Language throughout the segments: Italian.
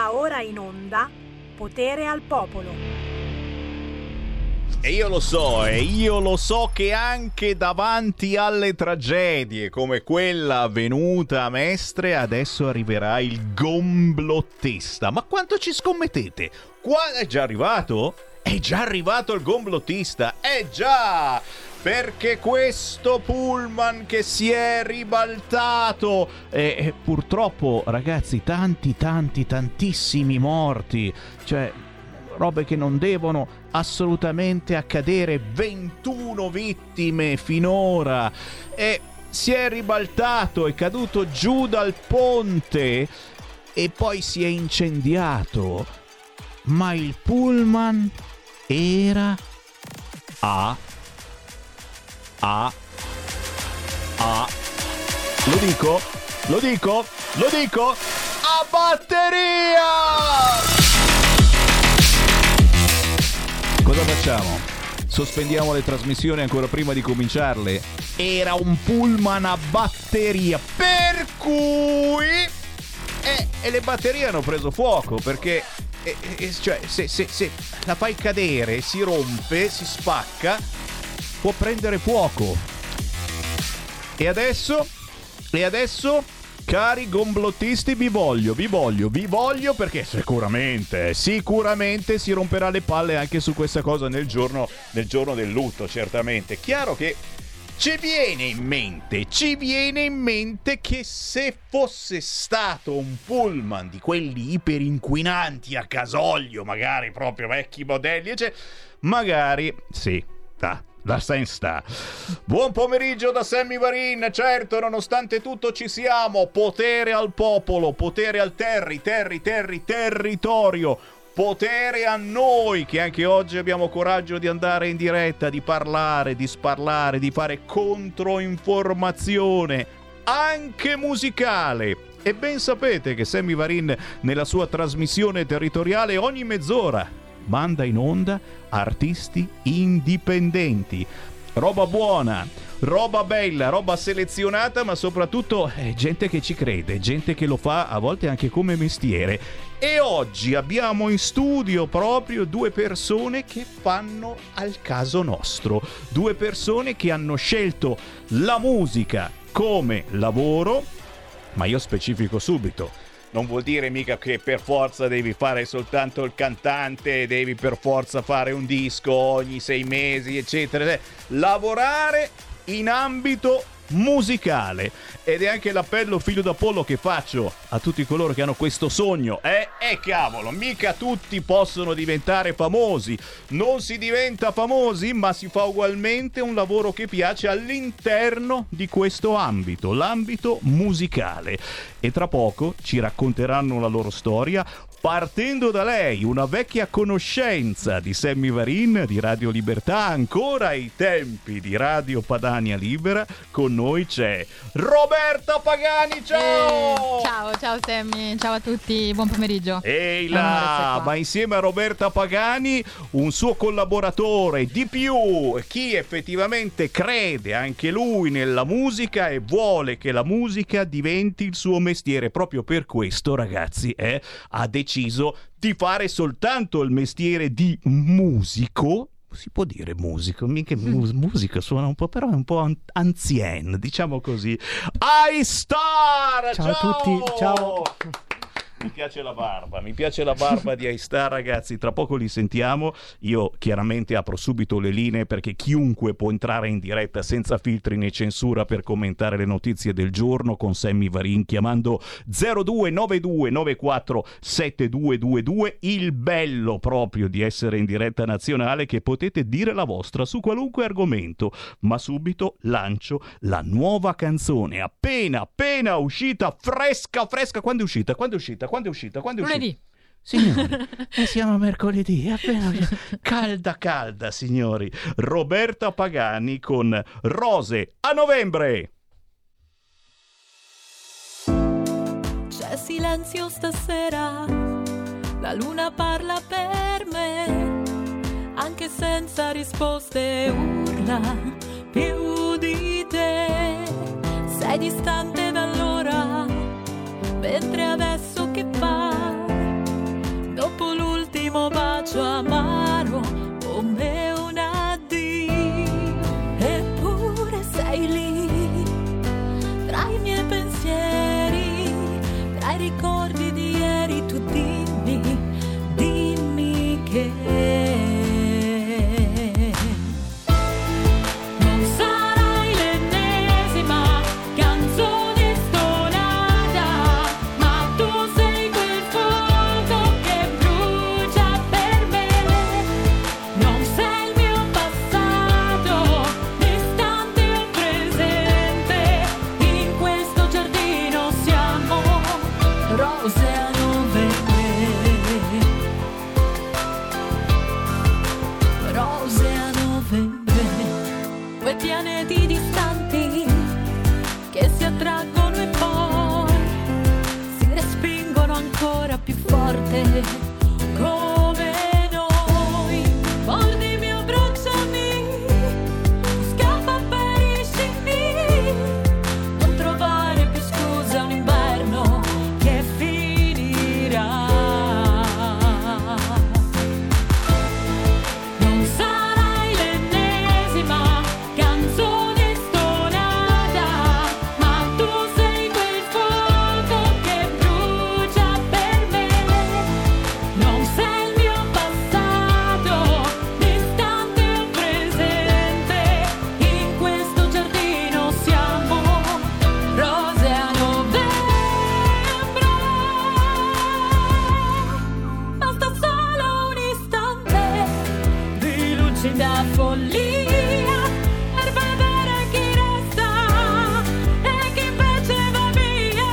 Va ora in onda Potere al Popolo. E io lo so che anche davanti alle tragedie come quella avvenuta a Mestre adesso arriverà il gomblottista. Ma quanto ci scommettete? È già arrivato? È già arrivato il gomblottista? Già! Perché questo pullman che si è ribaltato e purtroppo, ragazzi, tantissimi morti, cioè robe che non devono assolutamente accadere, 21 vittime finora, e si è ribaltato, è caduto giù dal ponte e poi si è incendiato, ma il pullman era lo dico a batteria. Cosa facciamo? Sospendiamo le trasmissioni ancora prima di cominciarle? Era un pullman a batteria, per cui e le batterie hanno preso fuoco, perché cioè se la fai cadere, si rompe, si spacca, può prendere fuoco. E adesso, cari gomblottisti, vi voglio, perché sicuramente si romperà le palle anche su questa cosa nel giorno del lutto, certamente. Chiaro che ci viene in mente che se fosse stato un pullman di quelli iperinquinanti a gasolio, magari proprio vecchi modelli, cioè, magari sì, la sta. Buon pomeriggio da Sammy Varin. Certo, nonostante tutto ci siamo. Potere al popolo, potere al territorio, potere a noi che anche oggi abbiamo coraggio di andare in diretta, di parlare, di sparlare, di fare controinformazione anche musicale. E ben sapete che Sammy Varin nella sua trasmissione territoriale ogni mezz'ora manda in onda artisti indipendenti, roba buona, roba bella, roba selezionata, ma soprattutto gente che ci crede, gente che lo fa a volte anche come mestiere. E oggi abbiamo in studio proprio due persone che fanno al caso nostro, due persone che hanno scelto la musica come lavoro, ma io specifico subito. Non vuol dire mica che per forza devi fare soltanto il cantante, devi per forza fare un disco ogni 6 mesi, eccetera. Lavorare in ambito musicale. Ed è anche l'appello figlio d'Apollo che faccio a tutti coloro che hanno questo sogno. Cavolo, mica tutti possono diventare famosi. Non si diventa famosi, ma si fa ugualmente un lavoro che piace all'interno di questo ambito, l'ambito musicale. E tra poco ci racconteranno la loro storia, partendo da lei, una vecchia conoscenza di Sammy Varin, di Radio Libertà, ancora ai tempi di Radio Padania Libera. Con noi c'è Roberta Pagani, ciao! Ciao Sammy, ciao a tutti, buon pomeriggio. Ehi là, ma insieme a Roberta Pagani un suo collaboratore di più, chi effettivamente crede anche lui nella musica e vuole che la musica diventi il suo mestiere. Proprio per questo, ragazzi, ha deciso di fare soltanto il mestiere di musico. Si può dire musico, mica musica suona un po', però è un po' ancien, diciamo così. iStar! Ciao a tutti, ciao! Mi piace la barba di iStar, ragazzi, tra poco li sentiamo. Io chiaramente apro subito le linee, perché chiunque può entrare in diretta senza filtri né censura per commentare le notizie del giorno con Sammy Varin chiamando 0292947222. Il bello proprio di essere in diretta nazionale, che potete dire la vostra su qualunque argomento, ma subito lancio la nuova canzone appena uscita, fresca. Quando è uscita? Lunedì. Signori, siamo mercoledì, appena calda, signori. Roberta Pagani con Rose a novembre. C'è silenzio stasera, la luna parla per me, anche senza risposte urla più di te. Sei distante da allora, mentre adesso che fa? miei pensieri, tra i ricordi di ieri, tu dimmi che pianeti distanti che si attraggono e poi si respingono ancora più forte come noi. Mordimi, abbracciami, scappa, feriscimi, non trovare più scusa un inverno che finirà. Non sarai l'ennesima canzone stonata, ma tu sei quel fuoco che brucia per me. Non sei il mio passato, distante o presente, in questo giardino siamo rose a novembre. Basta solo un istante di lucida follia per vedere chi resta e chi invece va via.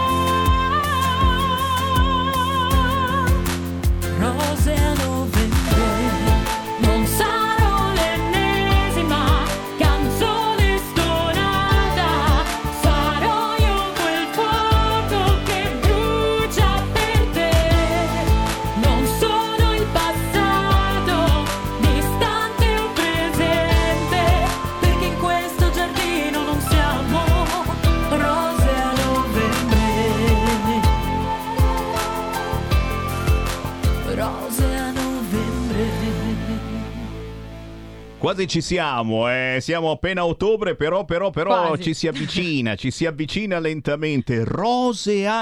Rose a novembre, non sarò l'ennesima canzone stonata, sarò io quel fuoco che brucia per te. Non sono il passato, distante o presente, perché in questo giardino non siamo rose a novembre. Rose a novembre. Quasi ci siamo, siamo appena a ottobre, però Quasi. ci si avvicina lentamente. Rose a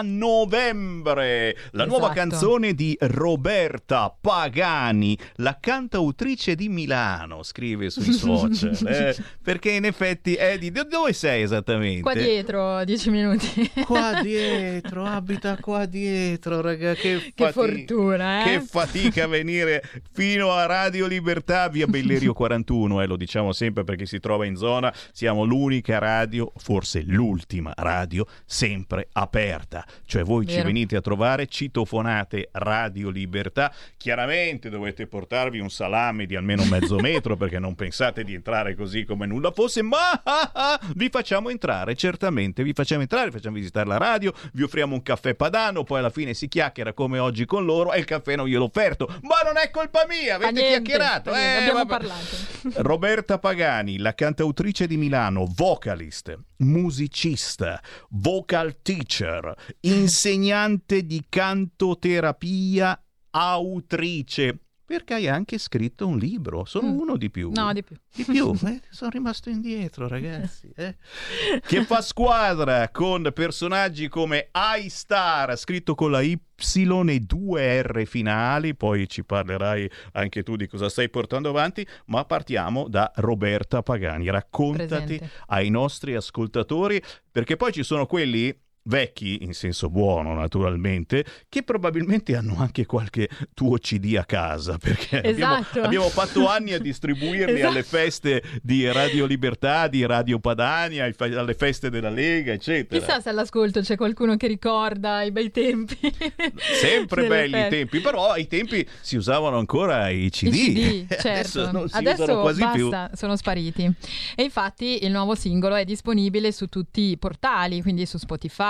novembre, la nuova Esatto. canzone di Roberta Pagani, la cantautrice di Milano, scrive sui social, perché in effetti è di dove sei esattamente? Qua dietro, 10 minuti. Qua dietro, abita qua dietro, raga, che fortuna, Che fatica a venire fino a Radio Libertà, via Bellerio 41, lo diciamo sempre perché si trova in zona, siamo l'unica radio, forse l'ultima radio, sempre aperta, cioè voi ci Vero. venite a trovare, citofonate Radio Libertà, chiaramente dovete portarvi un salame di almeno mezzo metro perché non pensate di entrare così come nulla fosse, ma vi facciamo entrare, certamente vi facciamo entrare, facciamo visitare la radio, vi offriamo un caffè padano, poi alla fine si chiacchiera come oggi con loro e il caffè non gliel'ho offerto, ma non è colpa mia, avete chiacchierato, Abbiamo vabbè. parlato. Roberta Pagani, la cantautrice di Milano, vocalist, musicista, vocal teacher, insegnante di cantoterapia, autrice, perché hai anche scritto un libro, sono uno di più. No, di più. Di più, sono rimasto indietro, ragazzi. Che fa squadra con personaggi come iStar, scritto con la Y e 2 R finali, poi ci parlerai anche tu di cosa stai portando avanti, ma partiamo da Roberta Pagani. Raccontati Presente. ai nostri ascoltatori, perché poi ci sono quelli vecchi, in senso buono naturalmente, che probabilmente hanno anche qualche tuo CD a casa, perché Esatto. abbiamo fatto anni a distribuirli alle feste di Radio Libertà, di Radio Padania, alle feste della Lega, eccetera. Chissà se all'ascolto c'è qualcuno che ricorda i bei tempi. Sempre delle belli i feste. tempi, però ai tempi si usavano ancora i CD. I CD, certo. Adesso non si usano quasi basta, più. sono spariti. E infatti il nuovo singolo è disponibile su tutti i portali, quindi su Spotify,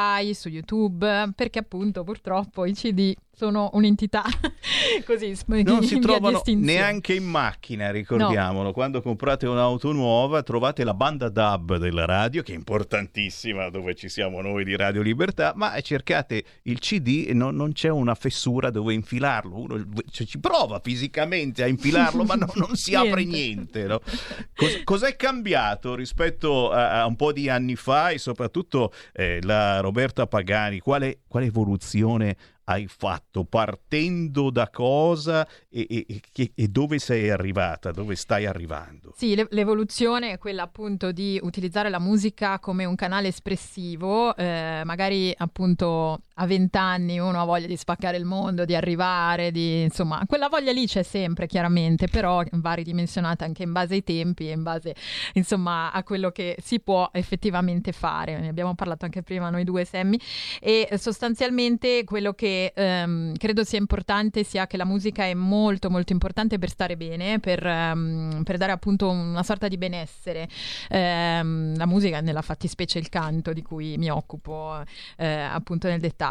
Spotify, su YouTube, perché appunto purtroppo i CD sono un'entità così non si in via di trovano estinzione. neanche in macchina, ricordiamolo. Quando comprate un'auto nuova trovate la banda DAB della radio, che è importantissima, dove ci siamo noi di Radio Libertà, ma cercate il CD e non c'è una fessura dove infilarlo. Uno ci prova fisicamente a infilarlo, ma non si apre niente, no? Cos'è cambiato rispetto a un po' di anni fa, e soprattutto la Roberta Pagani, quale evoluzione hai fatto, partendo da cosa e dove sei arrivata, dove stai arrivando? Sì, l'evoluzione è quella appunto di utilizzare la musica come un canale espressivo, magari appunto a 20 anni uno ha voglia di spaccare il mondo, di arrivare, insomma, quella voglia lì c'è sempre chiaramente, però va ridimensionata anche in base ai tempi e in base insomma a quello che si può effettivamente fare. Ne abbiamo parlato anche prima noi due, Sammy, e sostanzialmente quello che credo sia importante sia che la musica è molto molto importante per stare bene, per dare appunto una sorta di benessere. La musica, nella fattispecie il canto, di cui mi occupo appunto nel dettaglio.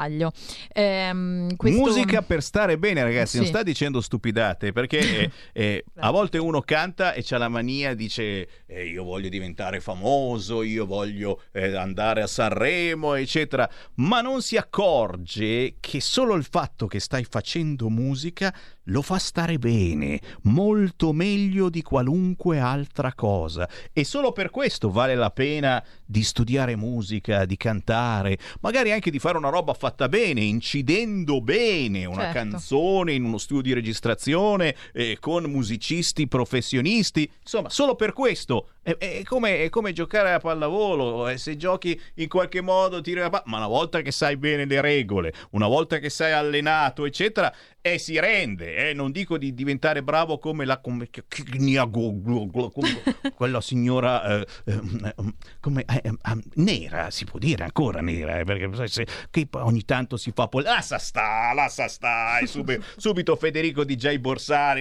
Musica per stare bene, ragazzi, sì. Non sta dicendo stupidate, perché a volte uno canta e c'ha la mania, dice io voglio diventare famoso, io voglio andare a Sanremo, eccetera, ma non si accorge che solo il fatto che stai facendo musica lo fa stare bene, molto meglio di qualunque altra cosa, e solo per questo vale la pena di studiare musica, di cantare, magari anche di fare una roba fatta bene, incidendo bene una canzone in uno studio di registrazione con musicisti professionisti, insomma, solo per questo. È come giocare a pallavolo, se giochi in qualche modo tiri la ma una volta che sai bene le regole, una volta che sei allenato, eccetera, si rende. Non dico di diventare bravo come quella signora nera, si può dire ancora nera, perché che ogni tanto si fa lascia sta, e subito Federico DJ Borsari,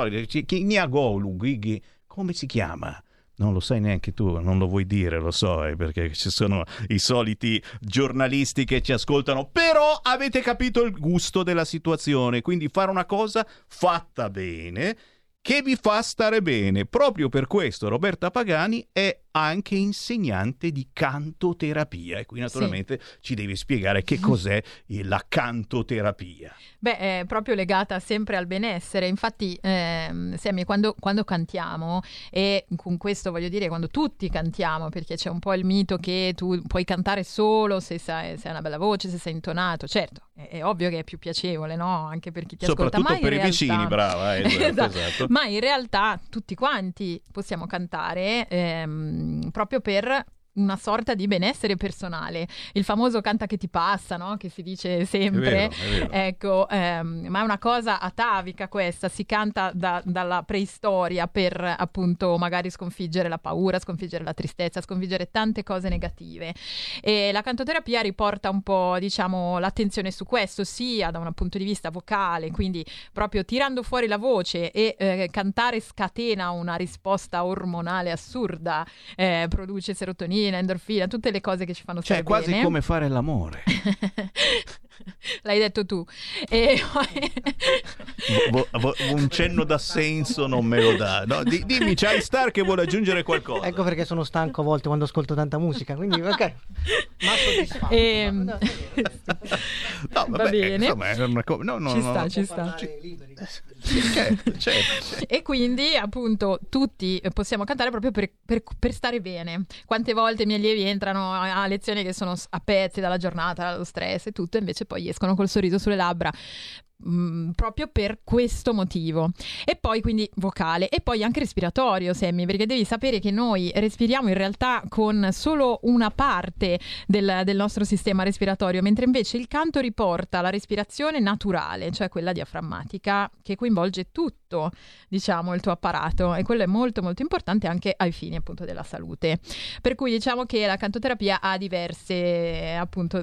come si chiama? Non lo sai neanche tu, non lo vuoi dire, lo so, perché ci sono i soliti giornalisti che ci ascoltano, però avete capito il gusto della situazione, quindi fare una cosa fatta bene che vi fa stare bene. Proprio per questo Roberta Pagani è anche insegnante di cantoterapia, e qui naturalmente ci devi spiegare che cos'è la cantoterapia. Beh, è proprio legata sempre al benessere. Infatti Sammy, quando cantiamo, e con questo voglio dire quando tutti cantiamo, perché c'è un po' il mito che tu puoi cantare solo se hai una bella voce, se sei intonato. Certo, è ovvio che è più piacevole, no? Anche per chi ti ascolta, soprattutto per i vicini, brava, esatto. Ma in realtà tutti quanti possiamo cantare proprio per una sorta di benessere personale. Il famoso canta che ti passa, no? Che si dice sempre. È vero. Ecco, ma è una cosa atavica questa, si canta dalla preistoria per appunto magari sconfiggere la paura, sconfiggere la tristezza, sconfiggere tante cose negative. E la cantoterapia riporta un po', diciamo, l'attenzione su questo, sia da un punto di vista vocale, quindi proprio tirando fuori la voce, e cantare scatena una risposta ormonale assurda, produce serotonina, endorfina, tutte le cose che ci fanno stare bene. Cioè quasi come fare l'amore. L'hai detto tu. E un cenno d'assenso non me lo dà. No, dimmi, c'hai Star che vuole aggiungere qualcosa. Ecco perché sono stanco a volte quando ascolto tanta musica, quindi ok. Ma soddisfatto. No, va bene. Insomma, è una ci sta. Certo. E quindi appunto tutti possiamo cantare proprio per stare bene. Quante volte i miei allievi entrano a lezioni che sono a pezzi dalla giornata, dallo stress e tutto, invece poi escono col sorriso sulle labbra, proprio per questo motivo. E poi quindi vocale, e poi anche respiratorio, Sammy, perché devi sapere che noi respiriamo in realtà con solo una parte del nostro sistema respiratorio, mentre invece il canto riporta la respirazione naturale, cioè quella diaframmatica, che coinvolge tutto tutto, diciamo, il tuo apparato, e quello è molto molto importante anche ai fini appunto della salute. Per cui diciamo che la cantoterapia ha diverse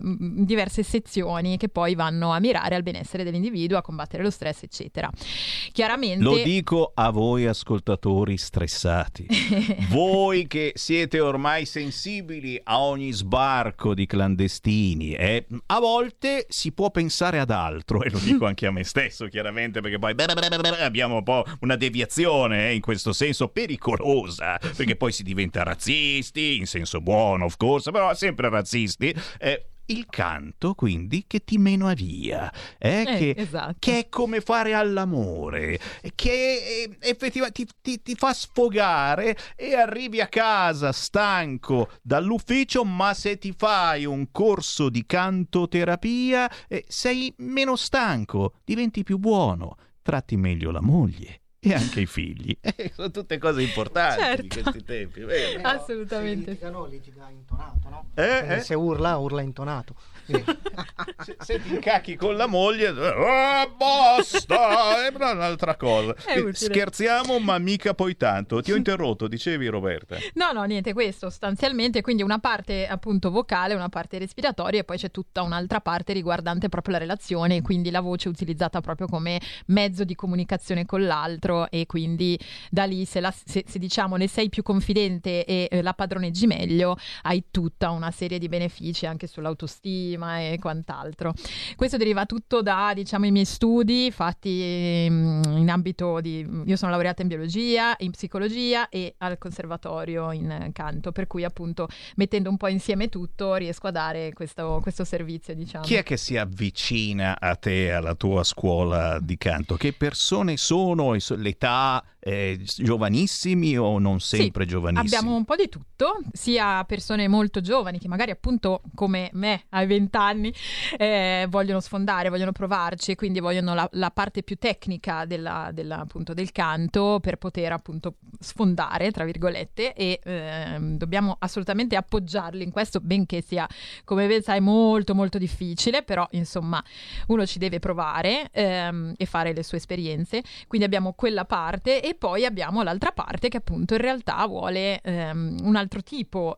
sezioni che poi vanno a mirare al benessere dell'individuo, a combattere lo stress, eccetera. Chiaramente lo dico a voi ascoltatori stressati, voi che siete ormai sensibili a ogni sbarco di clandestini, a volte si può pensare ad altro, e lo dico anche a me stesso chiaramente, perché poi abbiamo un po' una deviazione in questo senso pericolosa, perché poi si diventa razzisti, in senso buono of course, però sempre razzisti. Il canto quindi che ti mena via, esatto. che è come fare all'amore, che effettivamente ti fa sfogare e arrivi a casa stanco dall'ufficio, ma se ti fai un corso di cantoterapia sei meno stanco, diventi più buono, tratti meglio la moglie e anche i figli. Sono tutte cose importanti di questi tempi, vero? Assolutamente. Se litiga intonato, no? Se urla intonato. Se ti incacchi con la moglie, basta, è un'altra cosa. Scherziamo, ma mica poi tanto. Ti ho interrotto, dicevi, Roberta? No, niente, questo sostanzialmente, quindi una parte appunto vocale, una parte respiratoria, e poi c'è tutta un'altra parte riguardante proprio la relazione, quindi la voce utilizzata proprio come mezzo di comunicazione con l'altro, e quindi da lì se diciamo ne sei più confidente e la padroneggi meglio, hai tutta una serie di benefici anche sull'autostima e quant'altro. Questo deriva tutto da, diciamo, i miei studi fatti in ambito io sono laureata in biologia, in psicologia e al conservatorio in canto, per cui appunto mettendo un po' insieme tutto riesco a dare questo servizio, diciamo. Chi è che si avvicina a te, alla tua scuola di canto? Che persone sono? L'età, giovanissimi o non sempre giovanissimi? Abbiamo un po' di tutto, sia persone molto giovani che magari appunto come me ai 20 anni vogliono sfondare, vogliono provarci, e quindi vogliono la parte più tecnica appunto del canto per poter appunto sfondare, tra virgolette, e dobbiamo assolutamente appoggiarli in questo, benché sia, come ben sai, molto molto difficile, però insomma uno ci deve provare e fare le sue esperienze. Quindi abbiamo quella parte, e poi abbiamo l'altra parte che appunto in realtà vuole un altro tipo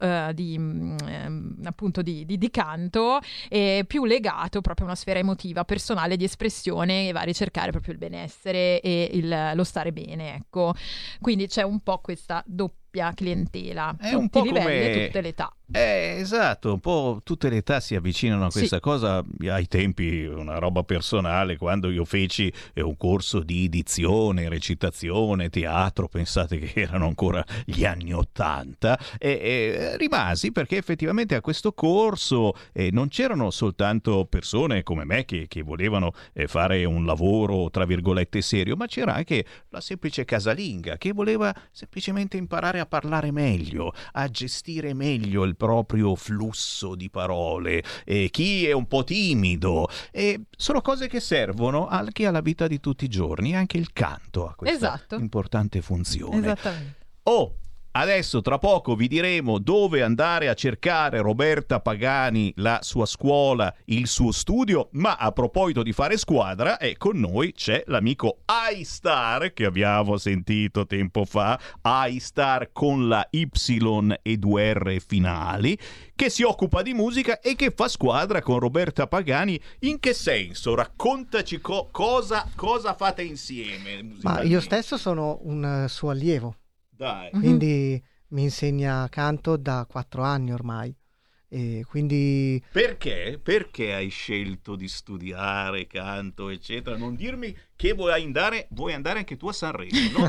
appunto di canto, più legato proprio a una sfera emotiva, personale, di espressione, e va a ricercare proprio il benessere e lo stare bene, ecco. Quindi c'è un po' questa doppia clientela, tutti i livelli e tutte le età. Esatto, un po' tutte le età si avvicinano a questa cosa. Ai tempi, una roba personale, quando io feci un corso di dizione, recitazione, teatro, pensate che erano ancora gli anni '80, rimasi perché effettivamente a questo corso non c'erano soltanto persone come me che volevano fare un lavoro tra virgolette serio, ma c'era anche la semplice casalinga che voleva semplicemente imparare a parlare meglio, a gestire meglio il proprio flusso di parole, chi è un po' timido, sono cose che servono anche alla vita di tutti i giorni. Anche il canto ha questa importante funzione. Esattamente. Adesso tra poco vi diremo dove andare a cercare Roberta Pagani, la sua scuola, il suo studio, ma a proposito di fare squadra, con noi c'è l'amico iStar che abbiamo sentito tempo fa, iStar con la Y e 2 R finali, che si occupa di musica e che fa squadra con Roberta Pagani. In che senso? Raccontaci cosa fate insieme. Ma io stesso sono un suo allievo. Dai. Quindi mi insegna canto da 4 anni ormai, e quindi... Perché hai scelto di studiare canto, eccetera? Non dirmi che vuoi andare anche tu a Sanremo, no?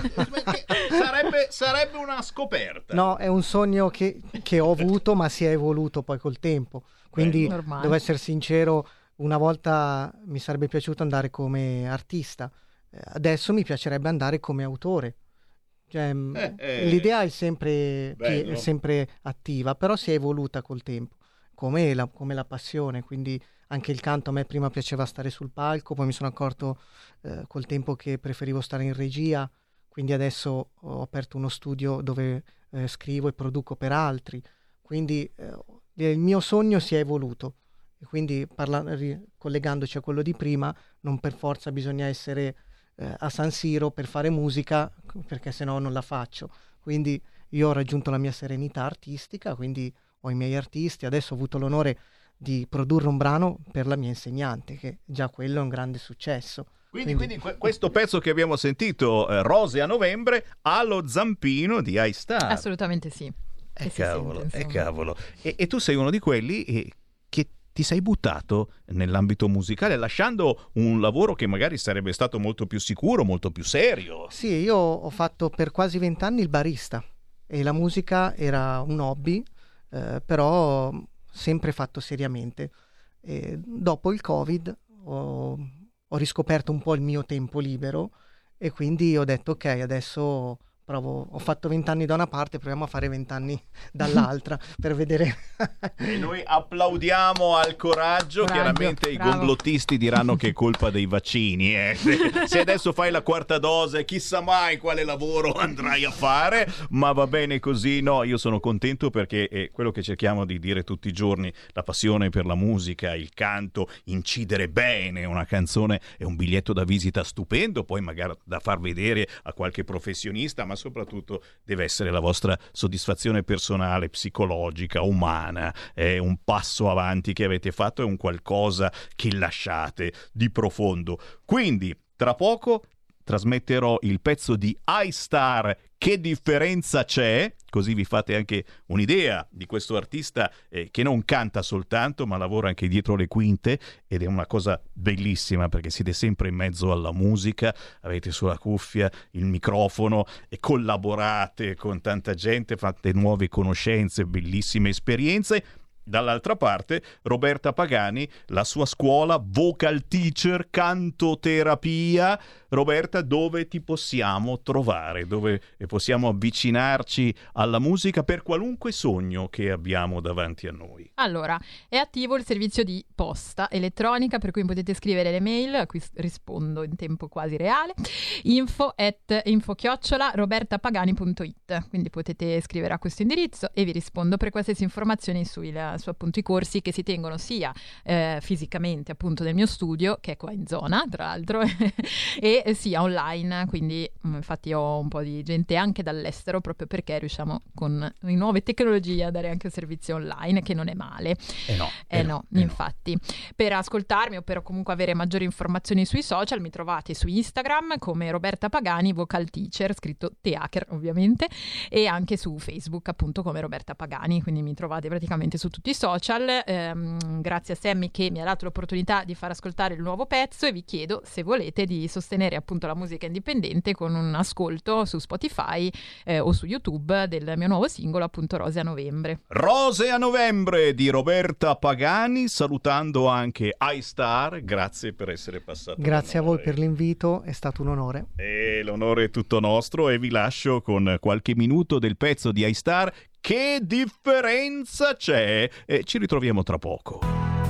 sarebbe una scoperta. No, è un sogno che ho avuto, ma si è evoluto poi col tempo. Quindi, devo essere sincero, una volta mi sarebbe piaciuto andare come artista, adesso mi piacerebbe andare come autore. Cioè, l'idea è sempre attiva, però si è evoluta col tempo, come la passione. Quindi anche il canto, a me prima piaceva stare sul palco, poi mi sono accorto col tempo che preferivo stare in regia, quindi adesso ho aperto uno studio dove scrivo e produco per altri. Quindi il mio sogno si è evoluto, e quindi collegandoci a quello di prima, non per forza bisogna essere a San Siro per fare musica, perché sennò non la faccio. Quindi io ho raggiunto la mia serenità artistica, quindi ho i miei artisti. Adesso ho avuto l'onore di produrre un brano per la mia insegnante, che già quello è un grande successo. Quindi questo pezzo che abbiamo sentito, Rose a novembre, ha lo zampino di iStar. Assolutamente sì. Cavolo. E tu sei uno di quelli che ti sei buttato nell'ambito musicale, lasciando un lavoro che magari sarebbe stato molto più sicuro, molto più serio. Sì, io ho fatto per quasi 20 anni il barista e la musica era un hobby, però sempre fatto seriamente. E dopo il Covid ho riscoperto un po' il mio tempo libero e quindi ho detto ok, adesso provo, ho fatto 20 anni da una parte, proviamo a fare 20 anni dall'altra per vedere. E noi applaudiamo al coraggio. Chiaramente i complottisti diranno che è colpa dei vaccini. Se adesso fai la quarta dose, chissà mai quale lavoro andrai a fare, ma va bene così. No, io sono contento perché è quello che cerchiamo di dire tutti i giorni, la passione per la musica, il canto, incidere bene. Una canzone è un biglietto da visita stupendo, poi magari da far vedere a qualche professionista, ma soprattutto deve essere la vostra soddisfazione personale, psicologica, umana. È un passo avanti che avete fatto, è un qualcosa che lasciate di profondo. Quindi tra poco trasmetterò il pezzo di iStar, Che differenza c'è, così vi fate anche un'idea di questo artista che non canta soltanto ma lavora anche dietro le quinte, ed è una cosa bellissima perché siete sempre in mezzo alla musica, avete sulla cuffia il microfono e collaborate con tanta gente, fate nuove conoscenze, bellissime esperienze. Dall'altra parte Roberta Pagani, la sua scuola, vocal teacher, cantoterapia. Roberta, dove ti possiamo trovare? Dove possiamo avvicinarci alla musica per qualunque sogno che abbiamo davanti a noi? Allora, è attivo il servizio di posta elettronica, per cui potete scrivere le mail, a cui rispondo in tempo quasi reale, info@robertapagani.it, quindi potete scrivere a questo indirizzo e vi rispondo per qualsiasi informazione su appunto i corsi che si tengono sia fisicamente appunto nel mio studio, che è qua in zona tra l'altro, e sia online, quindi infatti ho un po' di gente anche dall'estero, proprio perché riusciamo con le nuove tecnologie a dare anche un servizio online, che non è male. Infatti. Per ascoltarmi o per comunque avere maggiori informazioni sui social mi trovate su Instagram come Roberta Pagani Vocal Teacher, scritto Teacher ovviamente, e anche su Facebook appunto come Roberta Pagani, quindi mi trovate praticamente su tutti i social. Grazie a Sammy che mi ha dato l'opportunità di far ascoltare il nuovo pezzo, e vi chiedo se volete di sostenere appunto la musica indipendente con un ascolto su Spotify o su YouTube del mio nuovo singolo, appunto Rose a novembre. Rose a novembre di Roberta Pagani, salutando anche iStar. Grazie per essere passato. Grazie a voi per l'invito, è stato un onore. E l'onore è tutto nostro, e vi lascio con qualche minuto del pezzo di iStar, Che differenza c'è, e ci ritroviamo tra poco.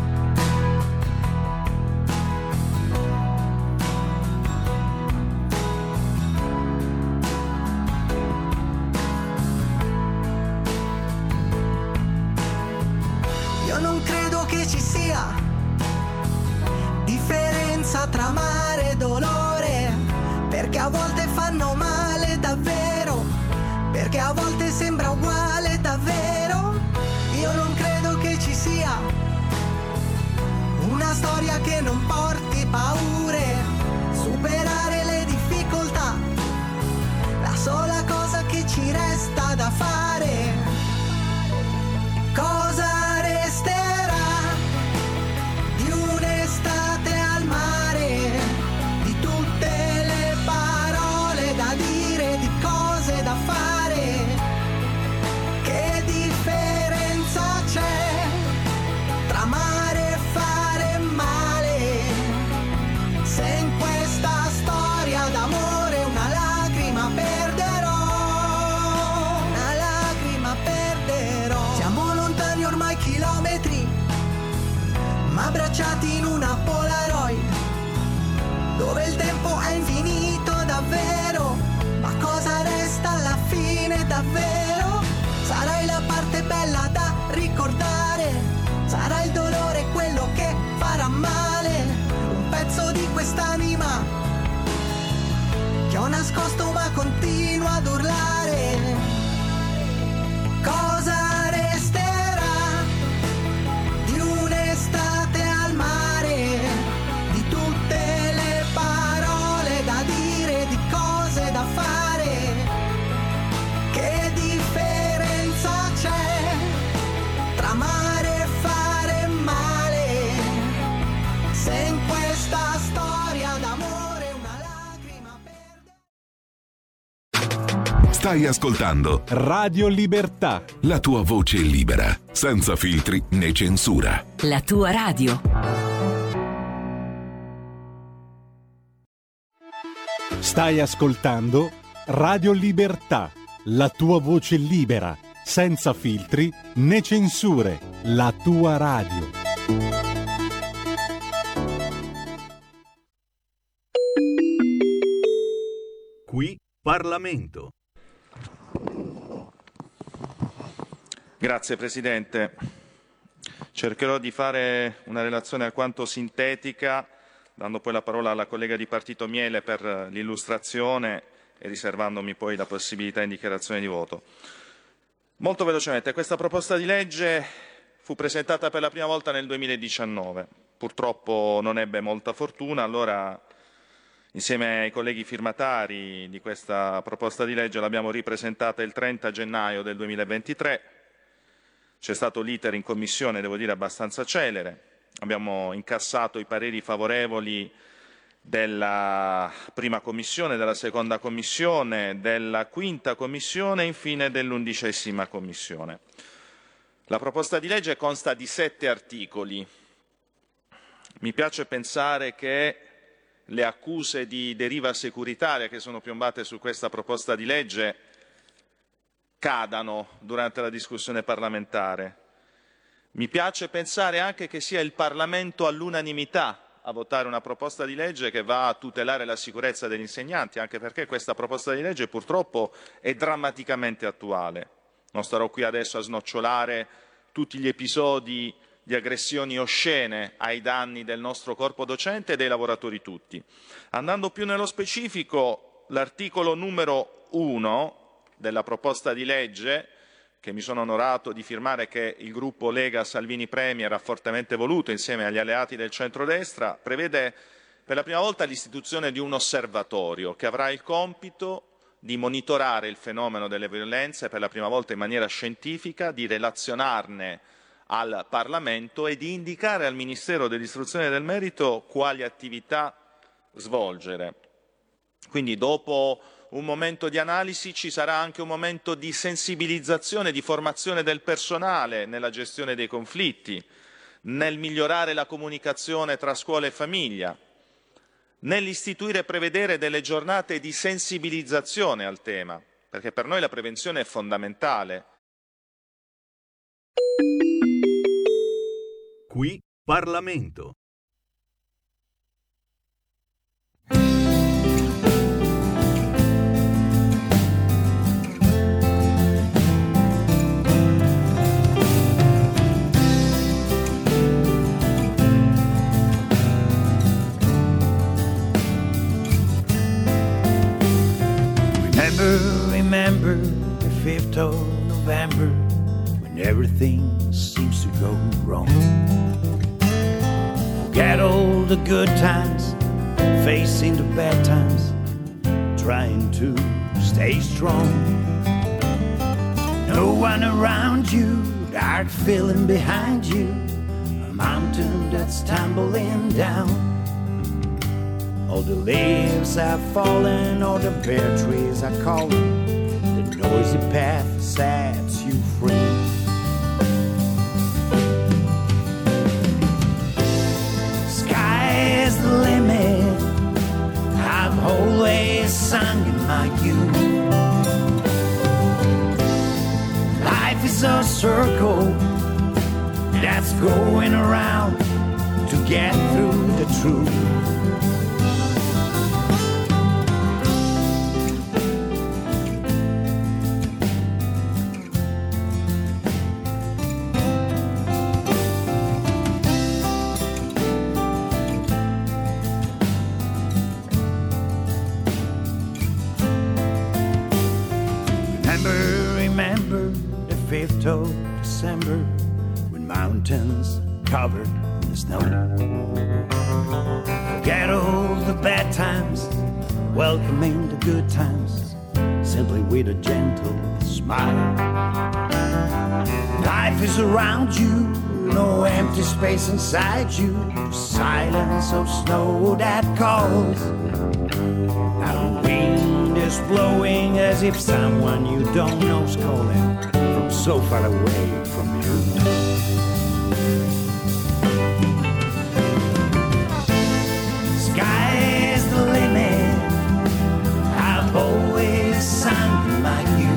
Io non credo che ci sia differenza tra amare e dolore, perché a volte fanno male davvero, perché a volte sembra uguale davvero. Io non credo che ci sia una storia che non porti paure, superare le difficoltà, la sola cosa che ci resta da fare. Cosa resterà di un'estate al mare, di tutte le parole da dire, di cose da fare? Che differenza c'è tra amare e fare male, se in questa storia d'amore una lacrima perderò, una lacrima perderò. Siamo lontani ormai chilometri, ma abbracciati in una Polaroid, dove il tempo è infinito davvero, ma cosa resta alla fine davvero? Sarai la parte bella da ricordare, sarà il dolore quello che farà male, un pezzo di quest'anima nascosto ma continua ad urlare. Cosa resterà di un'estate al mare, di tutte le parole da dire, di cose da fare? Che differenza c'è tra amare e fare male, se in questa storia d'amore una lacrima perde? Stai ascoltando Radio Libertà, la tua voce libera, senza filtri né censura. La tua radio. stai ascoltando Radio Libertà, la tua voce libera, senza filtri né censure. La tua radio. Qui Parlamento. Grazie Presidente. Cercherò di fare una relazione alquanto sintetica, dando poi la parola alla collega di Partito Miele per l'illustrazione e riservandomi poi la possibilità in dichiarazione di voto. Molto velocemente, questa proposta di legge fu presentata per la prima volta nel 2019. Purtroppo non ebbe molta fortuna, allora insieme ai colleghi firmatari di questa proposta di legge l'abbiamo ripresentata il 30 gennaio del 2023. C'è stato l'iter in commissione, devo dire, abbastanza celere. Abbiamo incassato i pareri favorevoli della prima commissione, della seconda commissione, della quinta commissione e infine dell'11ª commissione. La proposta di legge consta di 7 articoli. Mi piace pensare che le accuse di deriva securitaria che sono piombate su questa proposta di legge cadano durante la discussione parlamentare. Mi piace pensare anche che sia il Parlamento all'unanimità a votare una proposta di legge che va a tutelare la sicurezza degli insegnanti, anche perché questa proposta di legge purtroppo è drammaticamente attuale. Non starò qui adesso a snocciolare tutti gli episodi di aggressioni oscene ai danni del nostro corpo docente e dei lavoratori tutti. Andando più nello specifico, l'articolo numero 1 della proposta di legge, che mi sono onorato di firmare, che il gruppo Lega Salvini Premier ha fortemente voluto insieme agli alleati del centrodestra, prevede per la prima volta l'istituzione di un osservatorio che avrà il compito di monitorare il fenomeno delle violenze per la prima volta in maniera scientifica, di relazionarne al Parlamento e di indicare al Ministero dell'Istruzione e del Merito quali attività svolgere. Quindi dopo un momento di analisi ci sarà anche un momento di sensibilizzazione, di formazione del personale nella gestione dei conflitti, nel migliorare la comunicazione tra scuola e famiglia, nell'istituire e prevedere delle giornate di sensibilizzazione al tema, perché per noi la prevenzione è fondamentale. Qui Parlamento. Remember the 5th of November, when everything seems to go wrong. Forget all the good times, facing the bad times, trying to stay strong. No one around you, dark feeling behind you, a mountain that's tumbling down. All the leaves have fallen, all the bare trees are calling, the noisy path sets you free. Sky is the limit, I've always sung in my youth. Life is a circle that's going around to get through the truth. covered in snow. Forget all the bad times, welcoming the good times, simply with a gentle smile. Life is around you, no empty space inside you, silence of snow that calls. Now the wind is blowing as if someone you don't know's calling from so far away from you. Sky is the limit, I've always sung like you.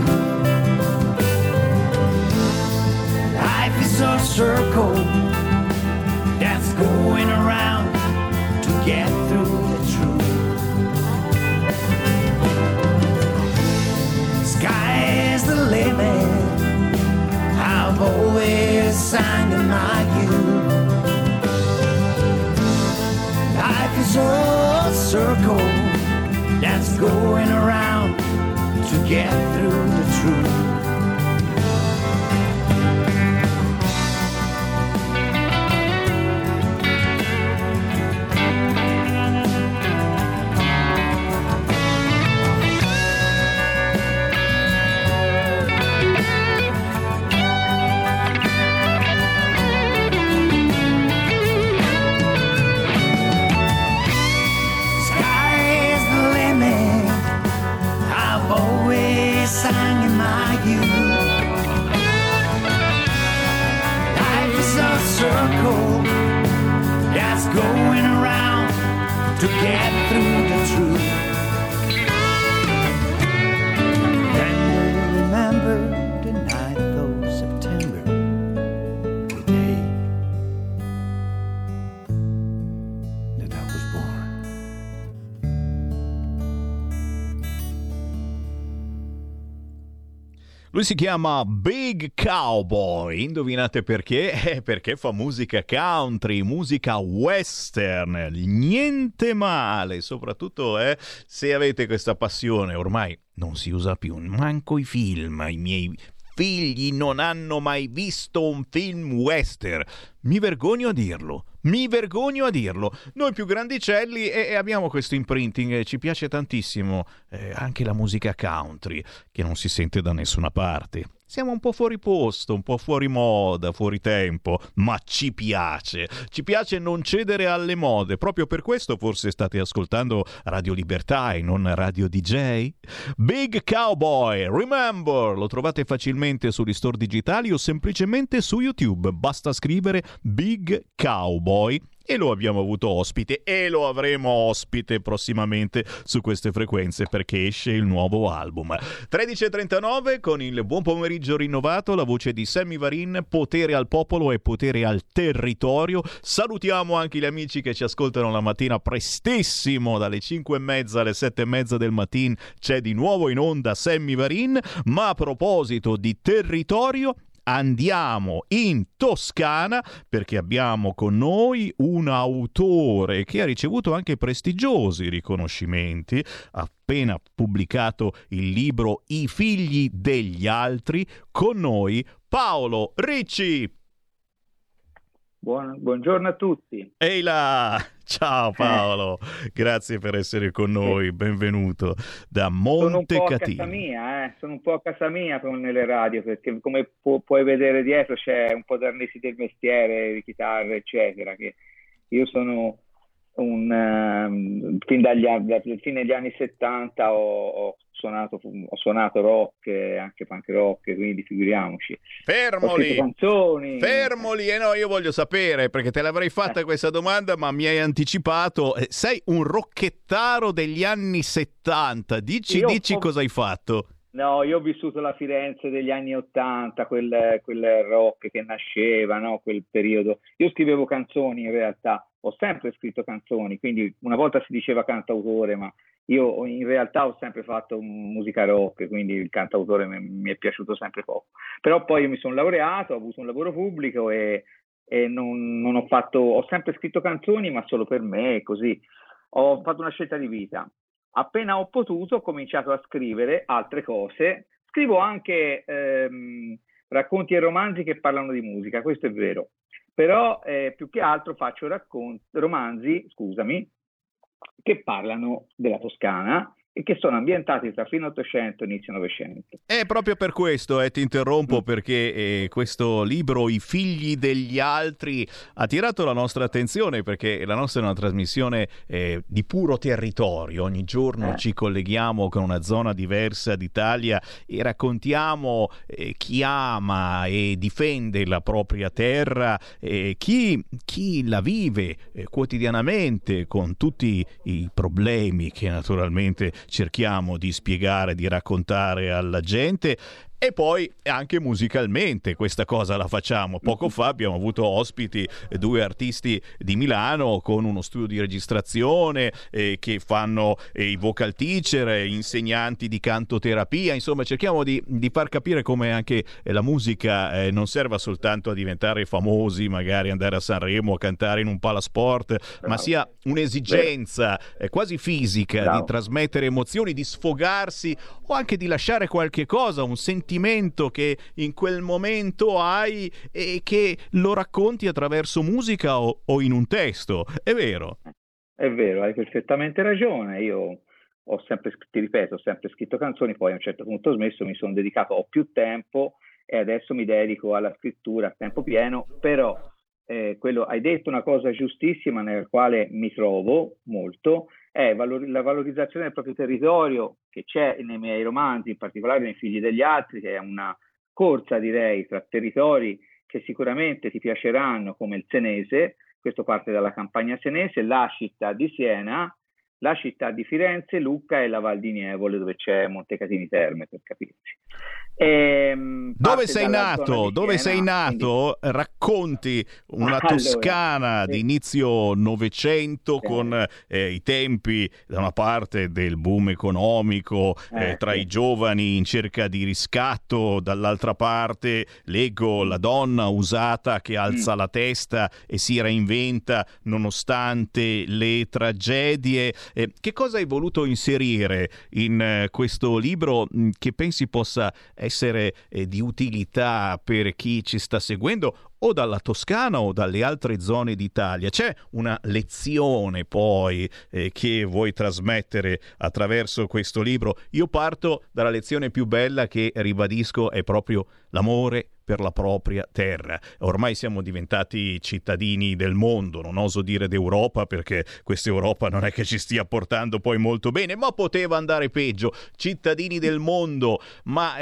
Life is a circle that's going around to get through the truth. Sky is the limit, I've always sung like you. Life is a circle that's going around to get through the truth. Circle that's going around to get through the truth. Then you remember the 9th of September, the day that I was born. Lui si chiama Big Cowboy, indovinate perché? Perché fa musica country, musica western, niente male, soprattutto se avete questa passione. Ormai non si usa più, manco i film, i miei figli non hanno mai visto un film western. Mi vergogno a dirlo. Noi più grandicelli e abbiamo questo imprinting, ci piace tantissimo anche la musica country, che non si sente da nessuna parte. Siamo un po' fuori posto, un po' fuori moda, fuori tempo, ma ci piace non cedere alle mode. Proprio per questo forse state ascoltando Radio Libertà e non Radio DJ. Big Cowboy, Remember, lo trovate facilmente sugli store digitali o semplicemente su YouTube. Basta scrivere Big Cowboy e lo abbiamo avuto ospite e lo avremo ospite prossimamente su queste frequenze perché esce il nuovo album. 13:39 con il buon pomeriggio rinnovato, la voce di Sammy Varin, potere al popolo e potere al territorio. Salutiamo anche gli amici che ci ascoltano la mattina prestissimo, dalle 5:30 alle 7:30 del mattino c'è di nuovo in onda Sammy Varin. Ma a proposito di territorio, andiamo in Toscana perché abbiamo con noi un autore che ha ricevuto anche prestigiosi riconoscimenti. Ha appena pubblicato il libro I figli degli altri. Con noi Paolo Ricci. Buongiorno a tutti. Ehi là! Ciao Paolo, grazie per essere con noi, benvenuto da Montecatini. Sono un po' a casa mia nelle radio, perché come puoi vedere dietro c'è un po' d'arnesi del mestiere, di chitarra, eccetera, che io sono fin dagli anni 70 ho suonato rock, anche punk rock, quindi figuriamoci. Fermoli, canzoni. No, io voglio sapere, perché te l'avrei fatta questa domanda, ma mi hai anticipato. Sei un rocchettaro degli anni 70, dici cosa hai fatto? No, io ho vissuto la Firenze degli anni 80, quel rock che nasceva, no? Quel periodo. Io scrivevo canzoni in realtà, ho sempre scritto canzoni, quindi una volta si diceva cantautore, ma io in realtà ho sempre fatto musica rock, quindi il cantautore mi è piaciuto sempre poco. Però poi io mi sono laureato, ho avuto un lavoro pubblico e non ho sempre scritto canzoni, ma solo per me, così. Ho fatto una scelta di vita. Appena ho potuto ho cominciato a scrivere altre cose. Scrivo anche racconti e romanzi che parlano di musica, questo è vero. però più che altro faccio romanzi, che parlano della Toscana e che sono ambientati tra fine 800 e inizio 900. È proprio per questo, ti interrompo, perché questo libro I figli degli altri ha attirato la nostra attenzione, perché la nostra è una trasmissione di puro territorio. Ogni giorno ci colleghiamo con una zona diversa d'Italia e raccontiamo chi ama e difende la propria terra, chi la vive quotidianamente con tutti i problemi che naturalmente cerchiamo di spiegare, di raccontare alla gente. E poi anche musicalmente questa cosa la facciamo. Poco fa abbiamo avuto ospiti 2 artisti di Milano con uno studio di registrazione che fanno i vocal teacher, insegnanti di cantoterapia. Insomma, cerchiamo di far capire come anche la musica non serva soltanto a diventare famosi, magari andare a Sanremo a cantare in un palasport, ma sia un'esigenza quasi fisica di trasmettere emozioni, di sfogarsi o anche di lasciare qualche cosa, un sentimento che in quel momento hai e che lo racconti attraverso musica o in un testo. È vero? È vero, hai perfettamente ragione. Io ho sempre scritto canzoni, poi a un certo punto ho smesso, mi sono dedicato, ho più tempo e adesso mi dedico alla scrittura a tempo pieno, però hai detto una cosa giustissima nella quale mi trovo molto, è la valorizzazione del proprio territorio, che c'è nei miei romanzi, in particolare nei Figli degli altri, che è una corsa, direi, tra territori che sicuramente ti piaceranno, come il senese. Questo parte dalla campagna senese, la città di Siena, la città di Firenze, Lucca e la Val di Nievole, dove c'è Montecatini Terme, per capirci. Dove sei nato? Dove sei nato? Quindi... Racconti una Toscana di inizio Novecento con i tempi, da una parte, del boom economico tra i giovani in cerca di riscatto, dall'altra parte leggo la donna usata che alza la testa e si reinventa nonostante le tragedie. Che cosa hai voluto inserire in questo libro che pensi possa essere di utilità per chi ci sta seguendo o dalla Toscana o dalle altre zone d'Italia? C'è una lezione poi che vuoi trasmettere attraverso questo libro? Io parto dalla lezione più bella, che ribadisco è proprio l'amore per la propria terra. Ormai siamo diventati cittadini del mondo, non oso dire d'Europa perché questa Europa non è che ci stia portando poi molto bene, ma poteva andare peggio. Cittadini del mondo, ma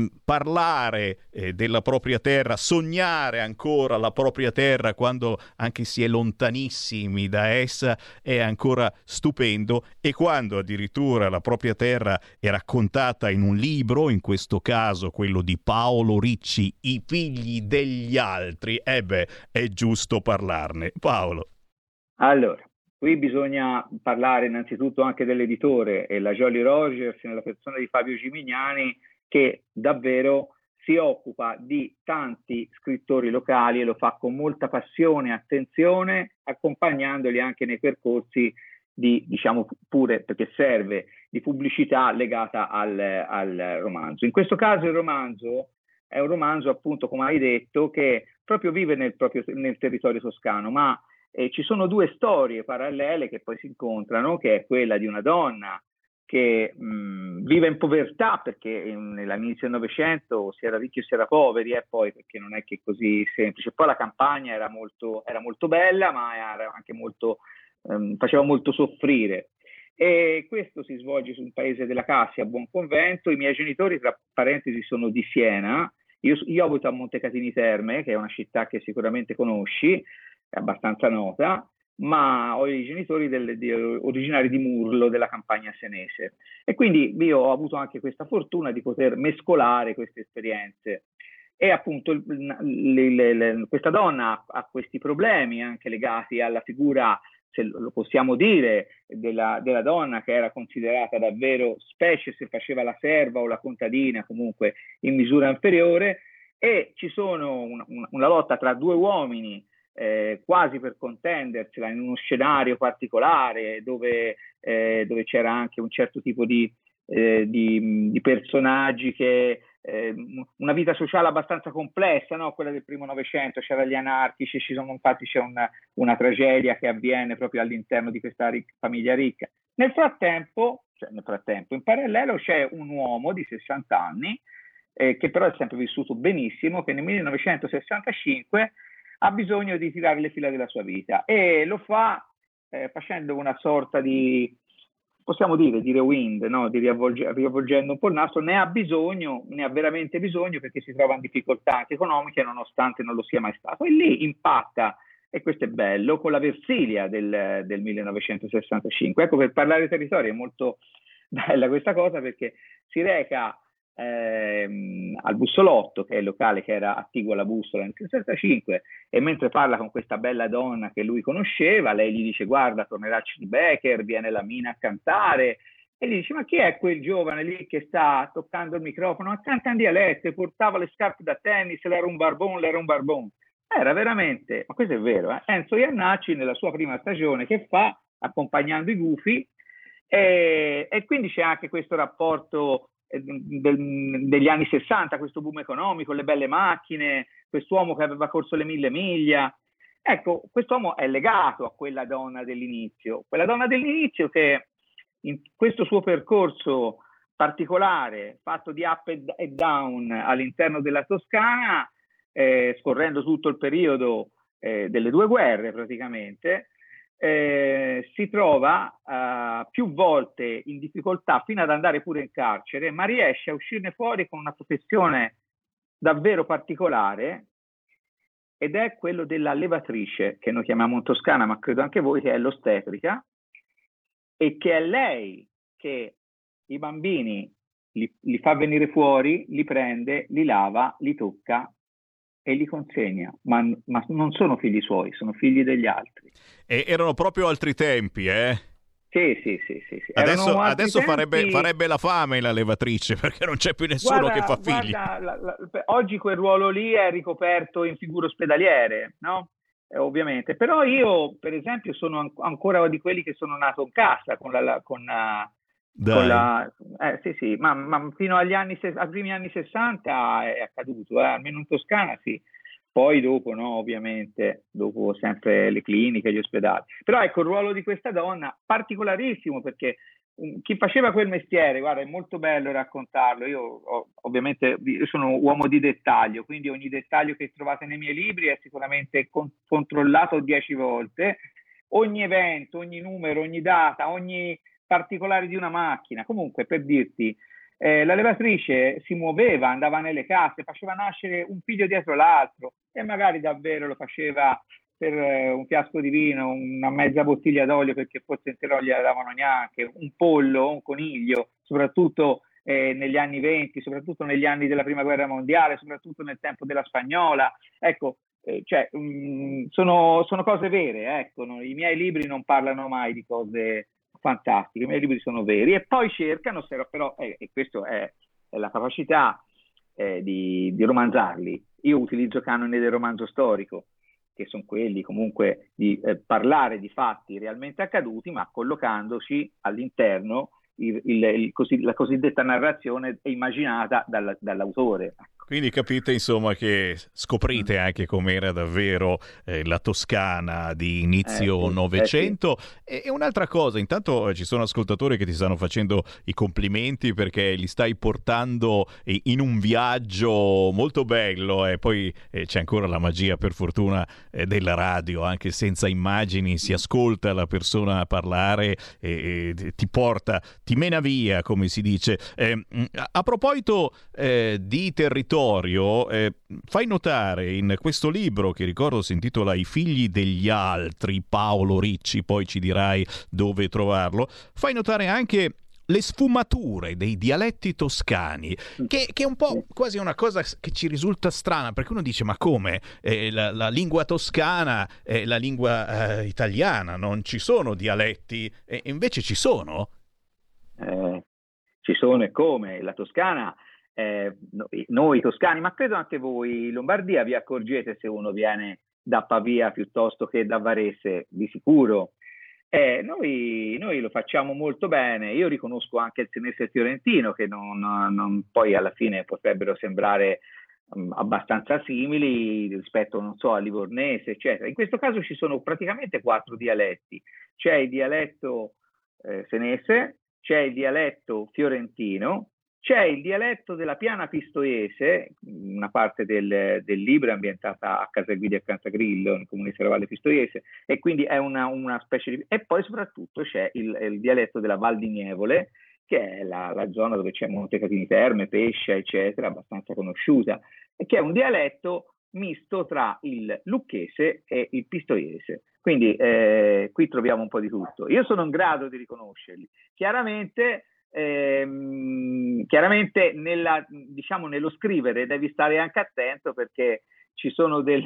parlare della propria terra, sognare ancora la propria terra quando anche si è lontanissimi da essa è ancora stupendo, e quando addirittura la propria terra è raccontata in un libro, in questo caso quello di Paolo Ricci, I figli degli altri, è giusto parlarne. Paolo. Allora, qui bisogna parlare innanzitutto anche dell'editore, e la Jolly Rogers, nella persona di Fabio Gimignani, che davvero si occupa di tanti scrittori locali e lo fa con molta passione e attenzione, accompagnandoli anche nei percorsi di, diciamo pure perché serve, di pubblicità legata al romanzo. In questo caso il romanzo è un romanzo, appunto, come hai detto, che proprio vive nel territorio toscano, ma ci sono 2 storie parallele che poi si incontrano, che è quella di una donna che vive in povertà, perché nell'inizio del Novecento si era ricchi o si era poveri, poi, perché non è che è così semplice. Poi la campagna era molto bella, ma era anche molto, faceva molto soffrire. E questo si svolge sul paese della Cassia, a Buonconvento. I miei genitori, tra parentesi, sono di Siena. Io abito a Montecatini Terme, che è una città che sicuramente conosci, è abbastanza nota, ma ho i genitori originari di Murlo, della campagna senese. E quindi io ho avuto anche questa fortuna di poter mescolare queste esperienze. E appunto questa donna ha questi problemi anche legati alla figura, se lo possiamo dire, della donna, che era considerata davvero, specie se faceva la serva o la contadina, comunque in misura inferiore, e ci sono una lotta tra 2 uomini quasi per contendersela in uno scenario particolare dove c'era anche un certo tipo di personaggi che una vita sociale abbastanza complessa, no? Quella del primo Novecento, c'era gli anarchici, infatti c'è una tragedia che avviene proprio all'interno di questa famiglia ricca. Nel frattempo, in parallelo c'è un uomo di 60 anni che però è sempre vissuto benissimo, che nel 1965 ha bisogno di tirare le fila della sua vita e lo fa facendo una sorta di, possiamo dire, di rewind, no? Di riavvolgendo un po' il nastro. Ne ha veramente bisogno, perché si trova in difficoltà anche economiche nonostante non lo sia mai stato, e lì impatta, e questo è bello, con la Versilia del 1965. Ecco, per parlare di territorio è molto bella questa cosa, perché si reca al Bussolotto, che è il locale che era attiguo alla Bussola nel 1965, e mentre parla con questa bella donna che lui conosceva, lei gli dice: guarda, tornerà Chet Baker, viene la Mina a cantare, e gli dice: ma chi è quel giovane lì che sta toccando il microfono, canta in dialetto, portava le scarpe da tennis, l'era un barbon. Era veramente, ma questo è vero, Enzo Jannacci nella sua prima stagione, che fa accompagnando i Gufi, e quindi c'è anche questo rapporto degli anni 60, questo boom economico, le belle macchine, quest'uomo che aveva corso le 1000 miglia. Ecco, quest'uomo è legato a quella donna dell'inizio che in questo suo percorso particolare, fatto di up e down all'interno della Toscana, scorrendo tutto il periodo delle due guerre praticamente, si trova più volte in difficoltà fino ad andare pure in carcere, ma riesce a uscirne fuori con una professione davvero particolare, ed è quello della levatrice, che noi chiamiamo in Toscana, ma credo anche voi, che è l'ostetrica, e che è lei che i bambini li fa venire fuori, li prende, li lava, li tocca e li consegna, ma non sono figli suoi, sono figli degli altri. E erano proprio altri tempi, Sì. Adesso farebbe la fame la levatrice, perché non c'è più nessuno che fa figli. Oggi quel ruolo lì è ricoperto in figure ospedaliere, no? Ovviamente. Però io, per esempio, sono ancora di quelli che sono nato in casa sì, ma fino ai primi anni 60 è accaduto, almeno in Toscana sì. Poi dopo, no, ovviamente, dopo sempre le cliniche, gli ospedali. Però ecco, il ruolo di questa donna particolarissimo, perché chi faceva quel mestiere, guarda, è molto bello raccontarlo. Ovviamente io sono uomo di dettaglio, quindi ogni dettaglio che trovate nei miei libri è sicuramente controllato 10 volte. Ogni evento, ogni numero, ogni data, ogni particolare di una macchina. Comunque, per dirti, la levatrice si muoveva, andava nelle case, faceva nascere un figlio dietro l'altro, e magari davvero lo faceva per un fiasco di vino, una mezza bottiglia d'olio, perché forse non gliela davano neanche, un pollo, un coniglio, soprattutto negli anni 20, soprattutto negli anni della Prima Guerra Mondiale, soprattutto nel tempo della Spagnola. Ecco, sono cose vere, ecco, no? I miei libri non parlano mai di cose fantastiche, i miei libri sono veri, e poi cercano, però, e questo è la capacità di romanzarli. Io utilizzo canoni del romanzo storico, che sono quelli comunque di parlare di fatti realmente accaduti, ma collocandoci all'interno la cosiddetta narrazione immaginata dall'autore. Quindi capite, insomma, che scoprite anche com'era davvero la Toscana di inizio Novecento. Sì. E un'altra cosa, intanto ci sono ascoltatori che ti stanno facendo i complimenti perché li stai portando in un viaggio molto bello, e poi c'è ancora la magia, per fortuna, della radio, anche senza immagini si ascolta la persona parlare e ti mena via, come si dice. A proposito di territorio, fai notare in questo libro, che ricordo si intitola I figli degli altri, Paolo Ricci, poi ci dirai dove trovarlo, fai notare anche le sfumature dei dialetti toscani, che è un po' quasi una cosa che ci risulta strana, perché uno dice: ma come? La lingua toscana è la lingua italiana, non ci sono dialetti, e invece ci sono? Ci sono, e come? La Toscana, noi toscani, ma credo anche voi in Lombardia, vi accorgete se uno viene da Pavia piuttosto che da Varese, di sicuro Noi lo facciamo molto bene. Io riconosco anche il senese fiorentino, che non poi alla fine potrebbero sembrare abbastanza simili rispetto, non so, al livornese, eccetera. In questo caso ci sono praticamente 4 dialetti. C'è il dialetto senese, c'è il dialetto fiorentino, c'è il dialetto della Piana Pistoiese, una parte del libro è ambientata a Casaguidi e Cantagrillo, nel comune di Serravalle Pistoiese, e quindi è una specie di... E poi soprattutto c'è il dialetto della Val di Nievole, che è la zona dove c'è Montecatini Terme, Pescia, eccetera, abbastanza conosciuta, e che è un dialetto misto tra il lucchese e il pistoiese. Quindi qui troviamo un po' di tutto. Io sono in grado di riconoscerli. Chiaramente nello scrivere devi stare anche attento, perché ci sono dei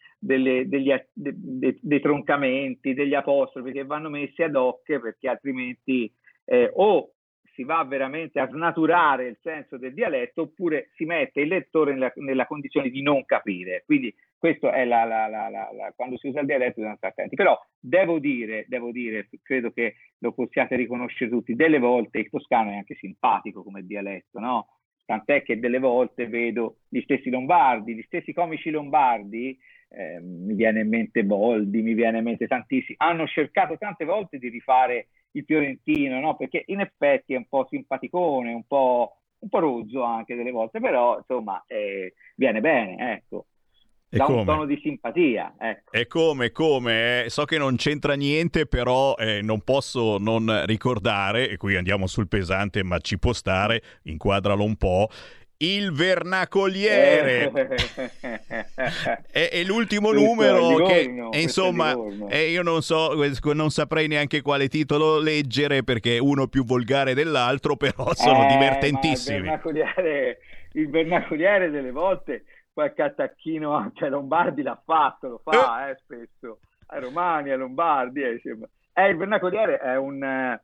troncamenti, degli apostrofi che vanno messi ad hoc, perché altrimenti o si va veramente a snaturare il senso del dialetto, oppure si mette il lettore nella condizione di non capire. Quindi questo è quando si usa il dialetto bisogna stare attenti. Però devo dire, credo che lo possiate riconoscere tutti, delle volte il toscano è anche simpatico come dialetto, no? Tant'è che delle volte vedo gli stessi lombardi, gli stessi comici lombardi, mi viene in mente Boldi, mi viene in mente tantissimi, hanno cercato tante volte di rifare il fiorentino, no? Perché in effetti è un po' simpaticone, un po' rozzo anche delle volte, però insomma viene bene, ecco. Da un tono di simpatia, ecco. E come so che non c'entra niente, però non posso non ricordare, e qui andiamo sul pesante, ma ci può stare, inquadralo un po', il vernacoliere è l'ultimo numero che insomma io non so, non saprei neanche quale titolo leggere, perché è uno più volgare dell'altro, però sono divertentissimi. Il vernacoliere delle volte qualche attacchino anche ai lombardi lo fa spesso, ai romani, ai lombardi. Il vernacoliere è mi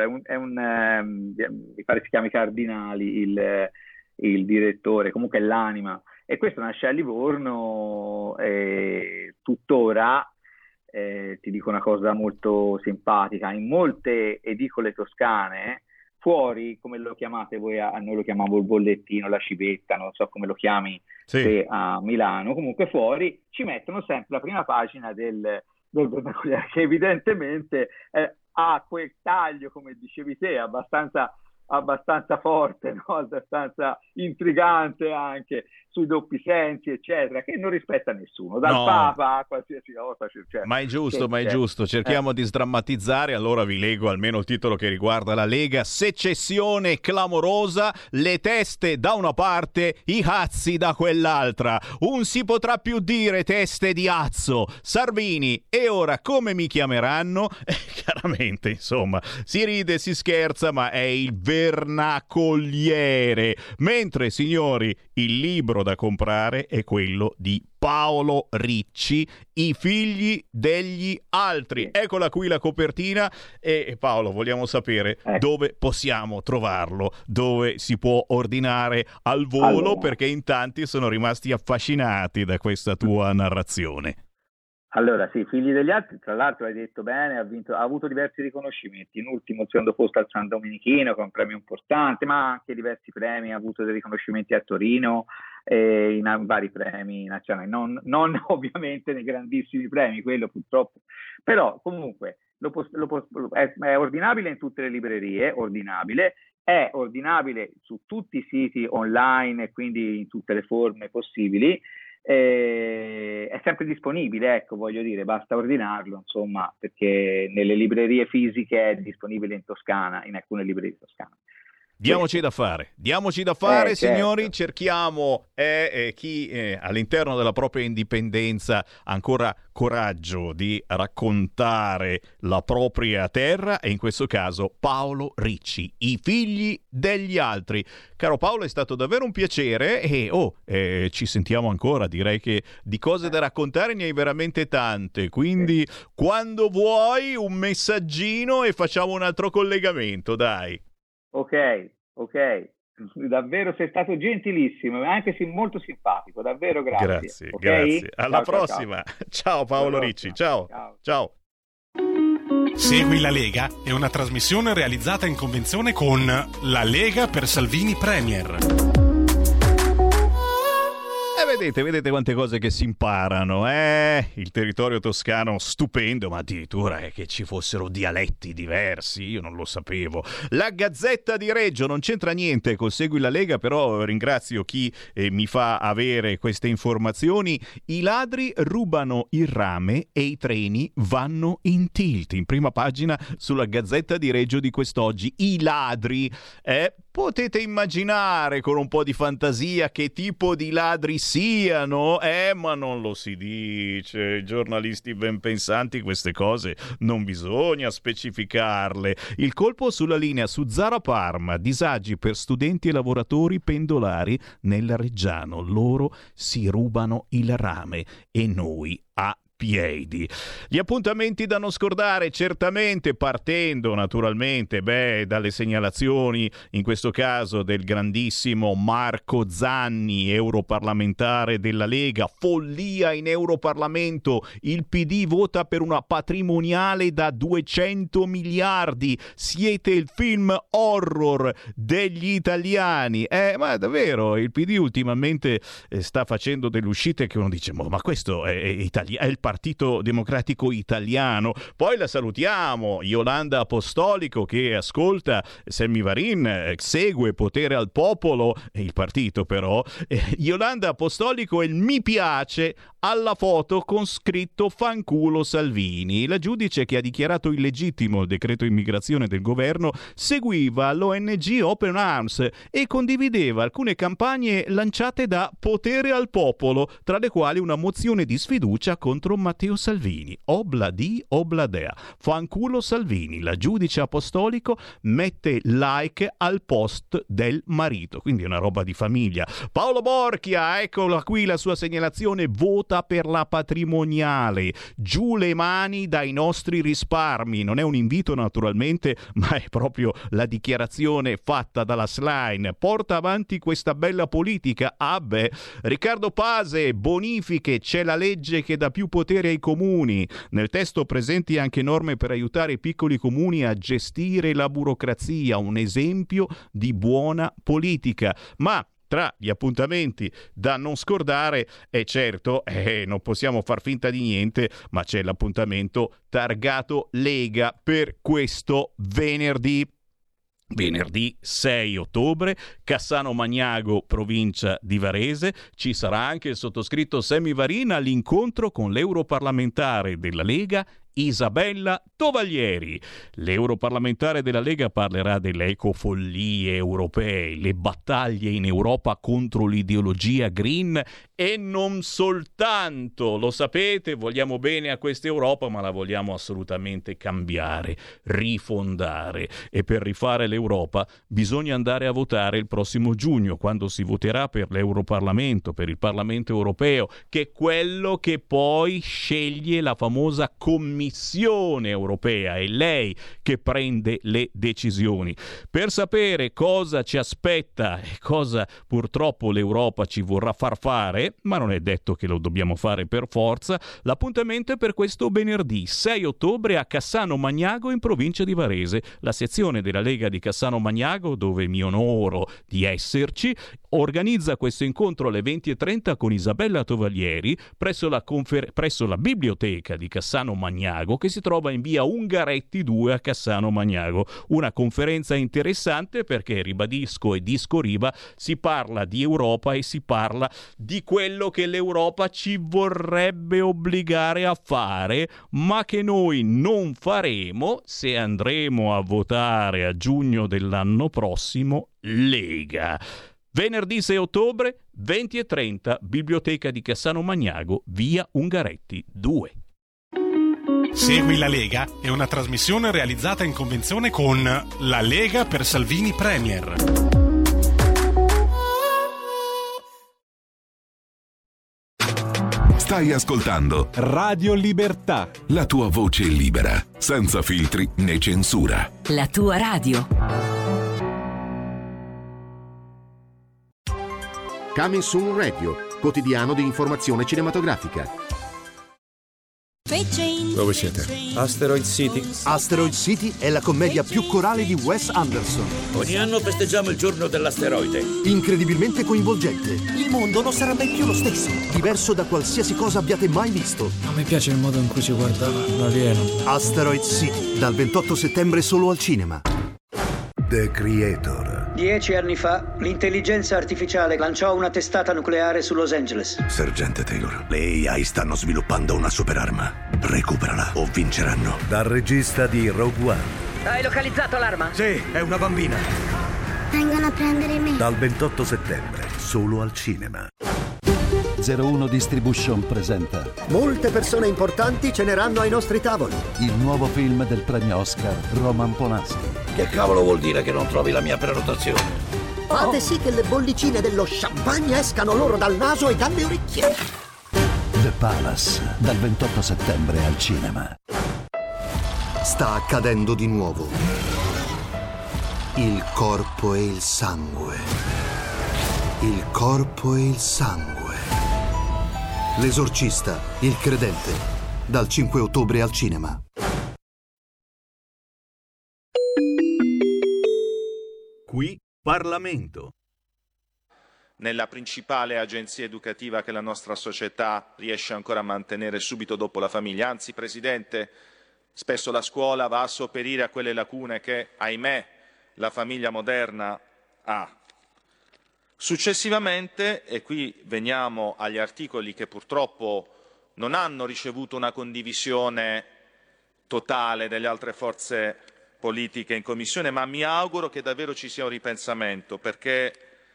pare si chiami Cardinali il direttore, comunque è l'anima, e questo nasce a Livorno, tuttora. Ti dico una cosa molto simpatica: in molte edicole toscane fuori, come lo chiamate voi, noi lo chiamavo il bollettino, la civetta, non so come lo chiami te a Milano, comunque fuori ci mettono sempre la prima pagina del vernacoliere, che evidentemente ha quel taglio, come dicevi te, abbastanza forte, no? Abbastanza intrigante anche, sui doppi sensi, eccetera, che non rispetta nessuno, dal Papa a qualsiasi cosa. Ma è giusto, cerchiamo di sdrammatizzare. Allora vi leggo almeno il titolo che riguarda la Lega: secessione clamorosa, le teste da una parte, i cazzi da quell'altra, un si potrà più dire teste di azzo, Salvini, e ora come mi chiameranno? Chiaramente, insomma, si ride, si scherza, ma è il vernacoliere. Mentre, signori, il libro da comprare è quello di Paolo Ricci, I figli degli altri. Eccola qui la copertina. E Paolo, vogliamo sapere dove possiamo trovarlo, dove si può ordinare al volo, perché in tanti sono rimasti affascinati da questa tua narrazione. Allora, sì, Figli degli altri, tra l'altro hai detto bene, ha avuto diversi riconoscimenti, in ultimo il secondo posto al San Domenichino, che è un premio importante, ma anche diversi premi, ha avuto dei riconoscimenti a Torino, in vari premi nazionali, non ovviamente nei grandissimi premi, quello purtroppo, però comunque è ordinabile in tutte le librerie, è ordinabile su tutti i siti online e quindi in tutte le forme possibili. È sempre disponibile, ecco, voglio dire, basta ordinarlo, insomma, perché nelle librerie fisiche è disponibile in Toscana, in alcune librerie toscane. Diamoci da fare, signori, certo. Cerchiamo chi all'interno della propria indipendenza ha ancora coraggio di raccontare la propria terra, e in questo caso Paolo Ricci, I figli degli altri. Caro Paolo, è stato davvero un piacere e ci sentiamo ancora. Direi che di cose da raccontare ne hai veramente tante, quindi quando vuoi un messaggino e facciamo un altro collegamento, dai. Ok, davvero sei stato gentilissimo e anche molto simpatico, davvero grazie. Grazie. Alla prossima. Ciao Paolo Ricci, ciao. Segui la Lega è una trasmissione realizzata in convenzione con La Lega per Salvini Premier. Vedete quante cose che si imparano, Il territorio toscano stupendo, ma addirittura che ci fossero dialetti diversi, io non lo sapevo. La Gazzetta di Reggio non c'entra niente col Segui la Lega, però ringrazio chi mi fa avere queste informazioni. I ladri rubano il rame e i treni vanno in tilt. In prima pagina sulla Gazzetta di Reggio di quest'oggi. I ladri, potete immaginare con un po' di fantasia che tipo di ladri siano, ma non lo si dice. I giornalisti ben pensanti queste cose non bisogna specificarle. Il colpo sulla linea su Zara Parma, disagi per studenti e lavoratori pendolari nel Reggiano. Loro si rubano il rame e noi a piedi. Gli appuntamenti da non scordare, certamente partendo naturalmente dalle segnalazioni, in questo caso del grandissimo Marco Zanni, europarlamentare della Lega. Follia in Europarlamento, il PD vota per una patrimoniale da 200 miliardi, siete il film horror degli italiani. Ma davvero, il PD ultimamente sta facendo delle uscite che uno dice, ma questo è il Partito Democratico Italiano. Poi la salutiamo, Yolanda Apostolico, che ascolta Sammy Varin, segue Potere al Popolo, il partito però. Yolanda Apostolico e il mi piace alla foto con scritto fanculo Salvini. La giudice che ha dichiarato illegittimo il decreto immigrazione del governo seguiva l'ONG Open Arms e condivideva alcune campagne lanciate da Potere al Popolo, tra le quali una mozione di sfiducia contro Matteo Salvini. Obladi obladea. Fanculo Salvini. La giudice Apostolico mette like al post del marito. Quindi è una roba di famiglia. Paolo Borchia, eccola qui la sua segnalazione. Vota per la patrimoniale. Giù le mani dai nostri risparmi. Non è un invito naturalmente, ma è proprio la dichiarazione fatta dalla Schlein. Porta avanti questa bella politica. Riccardo Pase, bonifiche, c'è la legge che dà più potere ai comuni. Nel testo presenti anche norme per aiutare i piccoli comuni a gestire la burocrazia, un esempio di buona politica. Ma tra gli appuntamenti da non scordare, è certo, non possiamo far finta di niente, ma c'è l'appuntamento targato Lega per questo venerdì 6 ottobre, Cassano Magnago, provincia di Varese. Ci sarà anche il sottoscritto Sammy Varin all'incontro con l'europarlamentare della Lega Isabella Tovaglieri. L'europarlamentare della Lega parlerà delle ecofollie europee, le battaglie in Europa contro l'ideologia green e non soltanto. Lo sapete, vogliamo bene a questa Europa, ma la vogliamo assolutamente cambiare, rifondare. E per rifare l'Europa bisogna andare a votare il prossimo giugno, quando si voterà per l'Europarlamento, per il Parlamento europeo, che è quello che poi sceglie la famosa Commissione europea. È lei che prende le decisioni. Per sapere cosa ci aspetta e cosa purtroppo l'Europa ci vorrà far fare, ma non è detto che lo dobbiamo fare per forza, l'appuntamento è per questo venerdì 6 ottobre a Cassano Magnago in provincia di Varese. La sezione della Lega di Cassano Magnago, dove mi onoro di esserci, organizza questo incontro alle 20:30 con Isabella Tovaglieri presso la biblioteca di Cassano Magnago, che si trova in via Ungaretti 2 a Cassano Magnago. Una conferenza interessante perché, ribadisco e disco riva, si parla di Europa e si parla di quello che l'Europa ci vorrebbe obbligare a fare, ma che noi non faremo se andremo a votare a giugno dell'anno prossimo Lega. Venerdì 6 ottobre, 20:30, Biblioteca di Cassano Magnago, via Ungaretti 2. Segui la Lega è una trasmissione realizzata in convenzione con La Lega per Salvini Premier. Stai ascoltando Radio Libertà, la tua voce libera, senza filtri né censura. La tua radio. Coming Soon Radio, quotidiano di informazione cinematografica. Dove siete? Asteroid City. Asteroid City è la commedia più corale di Wes Anderson. Ogni anno festeggiamo il giorno dell'asteroide. Incredibilmente coinvolgente. Il mondo non sarà mai più lo stesso. Diverso da qualsiasi cosa abbiate mai visto. Non mi piace il modo in cui ci guardava l'alieno. Asteroid City, dal 28 settembre solo al cinema. The Creator. 10 anni fa, l'intelligenza artificiale lanciò una testata nucleare su Los Angeles. Sergente Taylor, le AI stanno sviluppando una superarma. Recuperala o vinceranno. Dal regista di Rogue One. Hai localizzato l'arma? Sì, è una bambina. Vengono a prendere me. Dal 28 settembre, solo al cinema. 01 Distribution presenta Molte persone importanti ceneranno ai nostri tavoli. il nuovo film del premio Oscar Roman Polanski. Che cavolo vuol dire che non trovi la mia prenotazione? Fate sì che le bollicine dello champagne escano loro dal naso e dalle orecchie. The Palace, dal 28 settembre al cinema. Sta accadendo di nuovo. Il corpo e il sangue. Il corpo e il sangue. L'esorcista, il credente, dal 5 ottobre al cinema. Qui Parlamento. Nella principale agenzia educativa che la nostra società riesce ancora a mantenere subito dopo la famiglia. Anzi, Presidente, spesso la scuola va a sopperire a quelle lacune che, ahimè, la famiglia moderna ha. Successivamente, e qui veniamo agli articoli che purtroppo non hanno ricevuto una condivisione totale delle altre forze politiche in Commissione, ma mi auguro che davvero ci sia un ripensamento, perché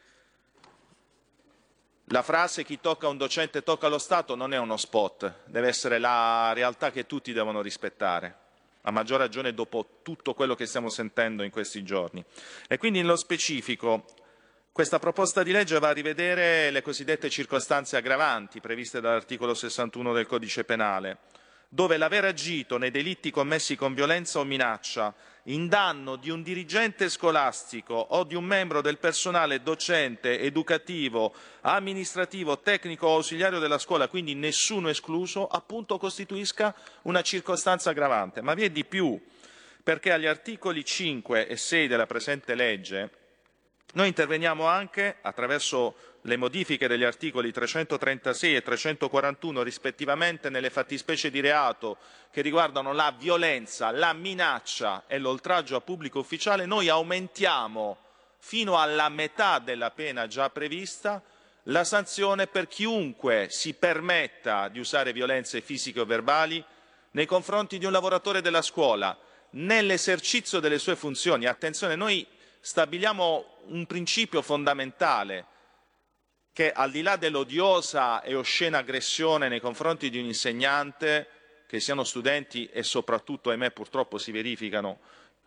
la frase "chi tocca un docente tocca lo Stato" non è uno spot, deve essere la realtà che tutti devono rispettare, a maggior ragione dopo tutto quello che stiamo sentendo in questi giorni. E quindi nello specifico questa proposta di legge va a rivedere le cosiddette circostanze aggravanti previste dall'articolo 61 del Codice Penale, dove l'aver agito nei delitti commessi con violenza o minaccia in danno di un dirigente scolastico o di un membro del personale docente, educativo, amministrativo, tecnico o ausiliario della scuola, quindi nessuno escluso, appunto costituisca una circostanza aggravante. Ma vi è di più, perché agli articoli 5 e 6 della presente legge noi interveniamo anche attraverso le modifiche degli articoli 336 e 341 rispettivamente nelle fattispecie di reato che riguardano la violenza, la minaccia e l'oltraggio a pubblico ufficiale. Noi aumentiamo fino alla metà della pena già prevista la sanzione per chiunque si permetta di usare violenze fisiche o verbali nei confronti di un lavoratore della scuola nell'esercizio delle sue funzioni. Attenzione, noi stabiliamo un principio fondamentale, che al di là dell'odiosa e oscena aggressione nei confronti di un insegnante, che siano studenti e soprattutto, ahimè, purtroppo si verificano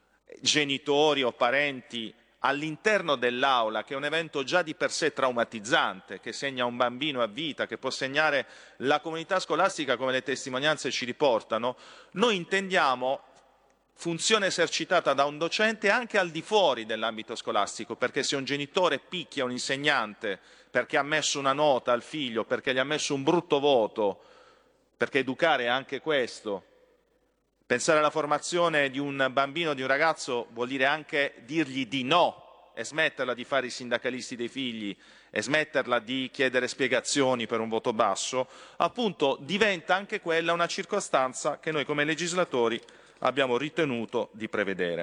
genitori o parenti all'interno dell'aula, che è un evento già di per sé traumatizzante, che segna un bambino a vita, che può segnare la comunità scolastica, come le testimonianze ci riportano, noi intendiamo funzione esercitata da un docente anche al di fuori dell'ambito scolastico, perché se un genitore picchia un insegnante perché ha messo una nota al figlio, perché gli ha messo un brutto voto, perché educare è anche questo. Pensare alla formazione di un bambino, di un ragazzo, vuol dire anche dirgli di no e smetterla di fare i sindacalisti dei figli e smetterla di chiedere spiegazioni per un voto basso, appunto diventa anche quella una circostanza che noi come legislatori abbiamo ritenuto di prevedere.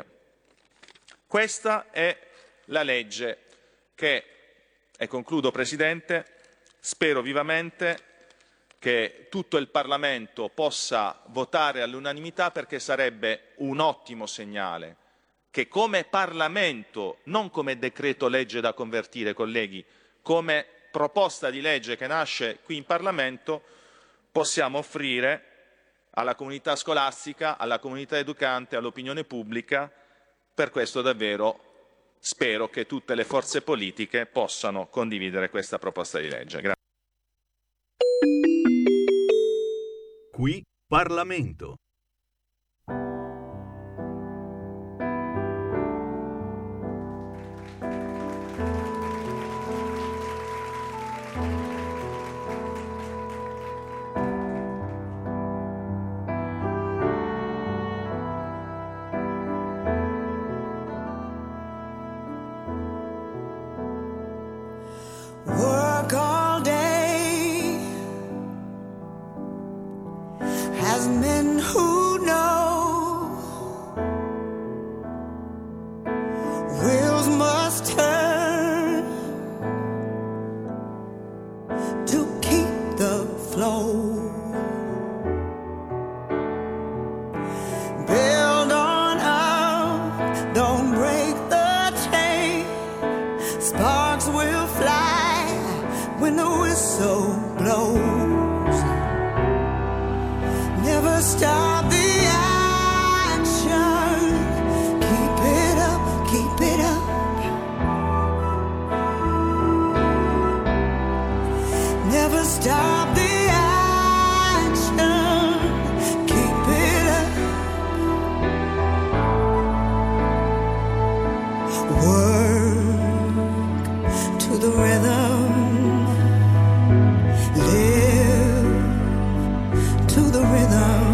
Questa è la legge che, e concludo Presidente, spero vivamente che tutto il Parlamento possa votare all'unanimità, perché sarebbe un ottimo segnale che come Parlamento, non come decreto legge da convertire, colleghi, come proposta di legge che nasce qui in Parlamento, possiamo offrire alla comunità scolastica, alla comunità educante, all'opinione pubblica. Per questo davvero spero che tutte le forze politiche possano condividere questa proposta di legge. Grazie. Qui Parlamento. whistle blows. Never stop the action. Keep it up, keep it up. Never stop the action. Keep it up. Work to the rhythm. Live to the rhythm.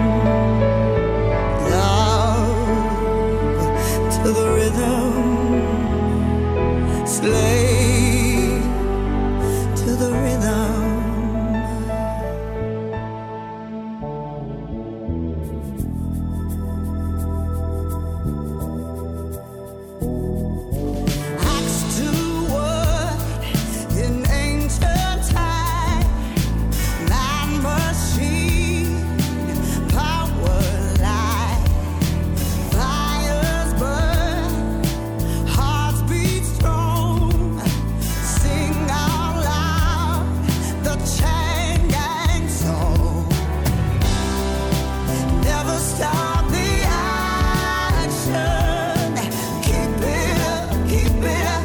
Love to the rhythm. Slave to the rhythm. Axe to wood in ancient time. Man, machine, power, light. Fires burn, hearts beat strong. Sing out loud the chain gang song. Never stop the action. Keep it up, keep it up.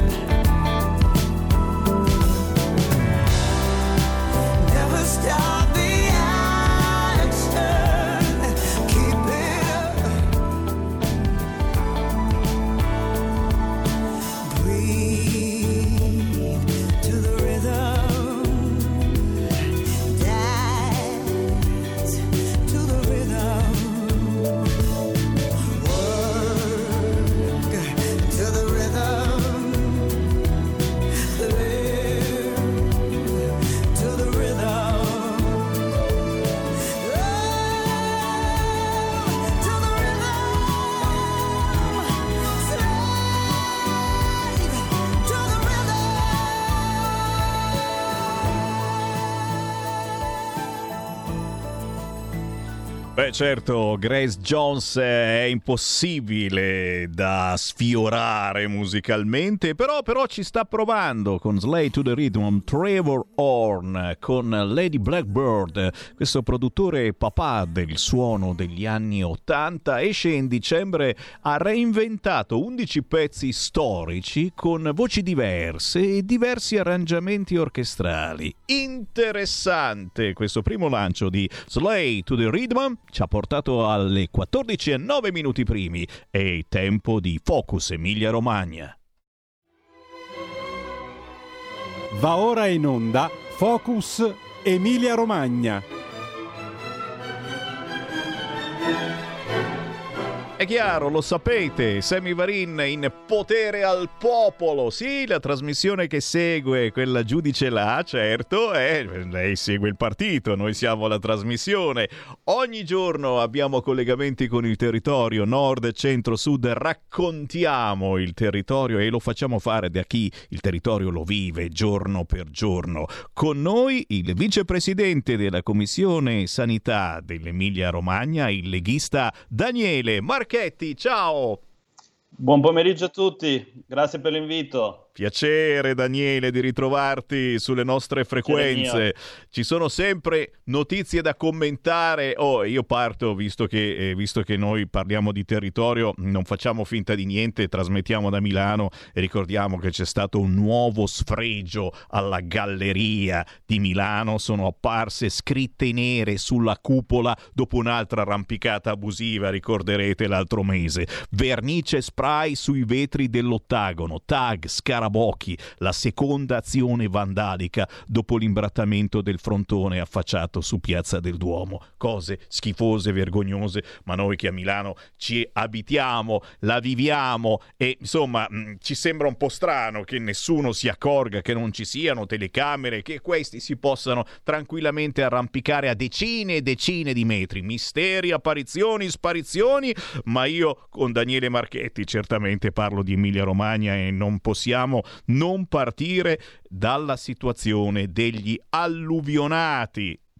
Never stop the action. Keep it up. Breathe to the rhythm. Dance to the rhythm. Work to the rhythm. Live to the rhythm. Oh, to the rhythm. Slave to the rhythm. Beh, certo, Grace Jones è impossibile da sfiorare musicalmente, però ci sta provando con Slave to the Rhythm. Trevor Horn con Lady Blackbird, questo produttore papà del suono degli anni 80, esce in dicembre, ha reinventato 11 pezzi storici con voci diverse e diversi arrangiamenti orchestrali. Interessante questo primo lancio di Slave to the Rhythm. Ci ha portato alle 14:09 primi. È tempo di Focus Emilia Romagna. Va ora in onda Focus Emilia Romagna. È chiaro, lo sapete, Sammy Varin in Potere al Popolo. Sì, la trasmissione che segue quella giudice là, certo, lei segue il partito, noi siamo la trasmissione. Ogni giorno abbiamo collegamenti con il territorio, nord, centro, sud, raccontiamo il territorio e lo facciamo fare da chi il territorio lo vive giorno per giorno. Con noi il vicepresidente della Commissione Sanità dell'Emilia Romagna, il leghista Daniele Marchetti. Ciao! Buon pomeriggio a tutti, grazie per l'invito. Piacere Daniele di ritrovarti sulle nostre frequenze. Ci sono sempre notizie da commentare. Io parto, visto che noi parliamo di territorio, non facciamo finta di niente, trasmettiamo da Milano e ricordiamo che c'è stato un nuovo sfregio alla Galleria di Milano. Sono apparse scritte nere sulla cupola dopo un'altra arrampicata abusiva, ricorderete l'altro mese. Vernice spray sui vetri dell'ottagono, tag, scarabocchi, la seconda azione vandalica dopo l'imbrattamento del frontone affacciato su Piazza del Duomo. Cose schifose, vergognose, ma noi che a Milano ci abitiamo, la viviamo e insomma ci sembra un po' strano che nessuno si accorga che non ci siano telecamere, che questi si possano tranquillamente arrampicare a decine e decine di metri. Misteri, apparizioni, sparizioni, ma io con Daniele Marchetti certamente parlo di Emilia Romagna e non possiamo non partire dalla situazione degli alluvionati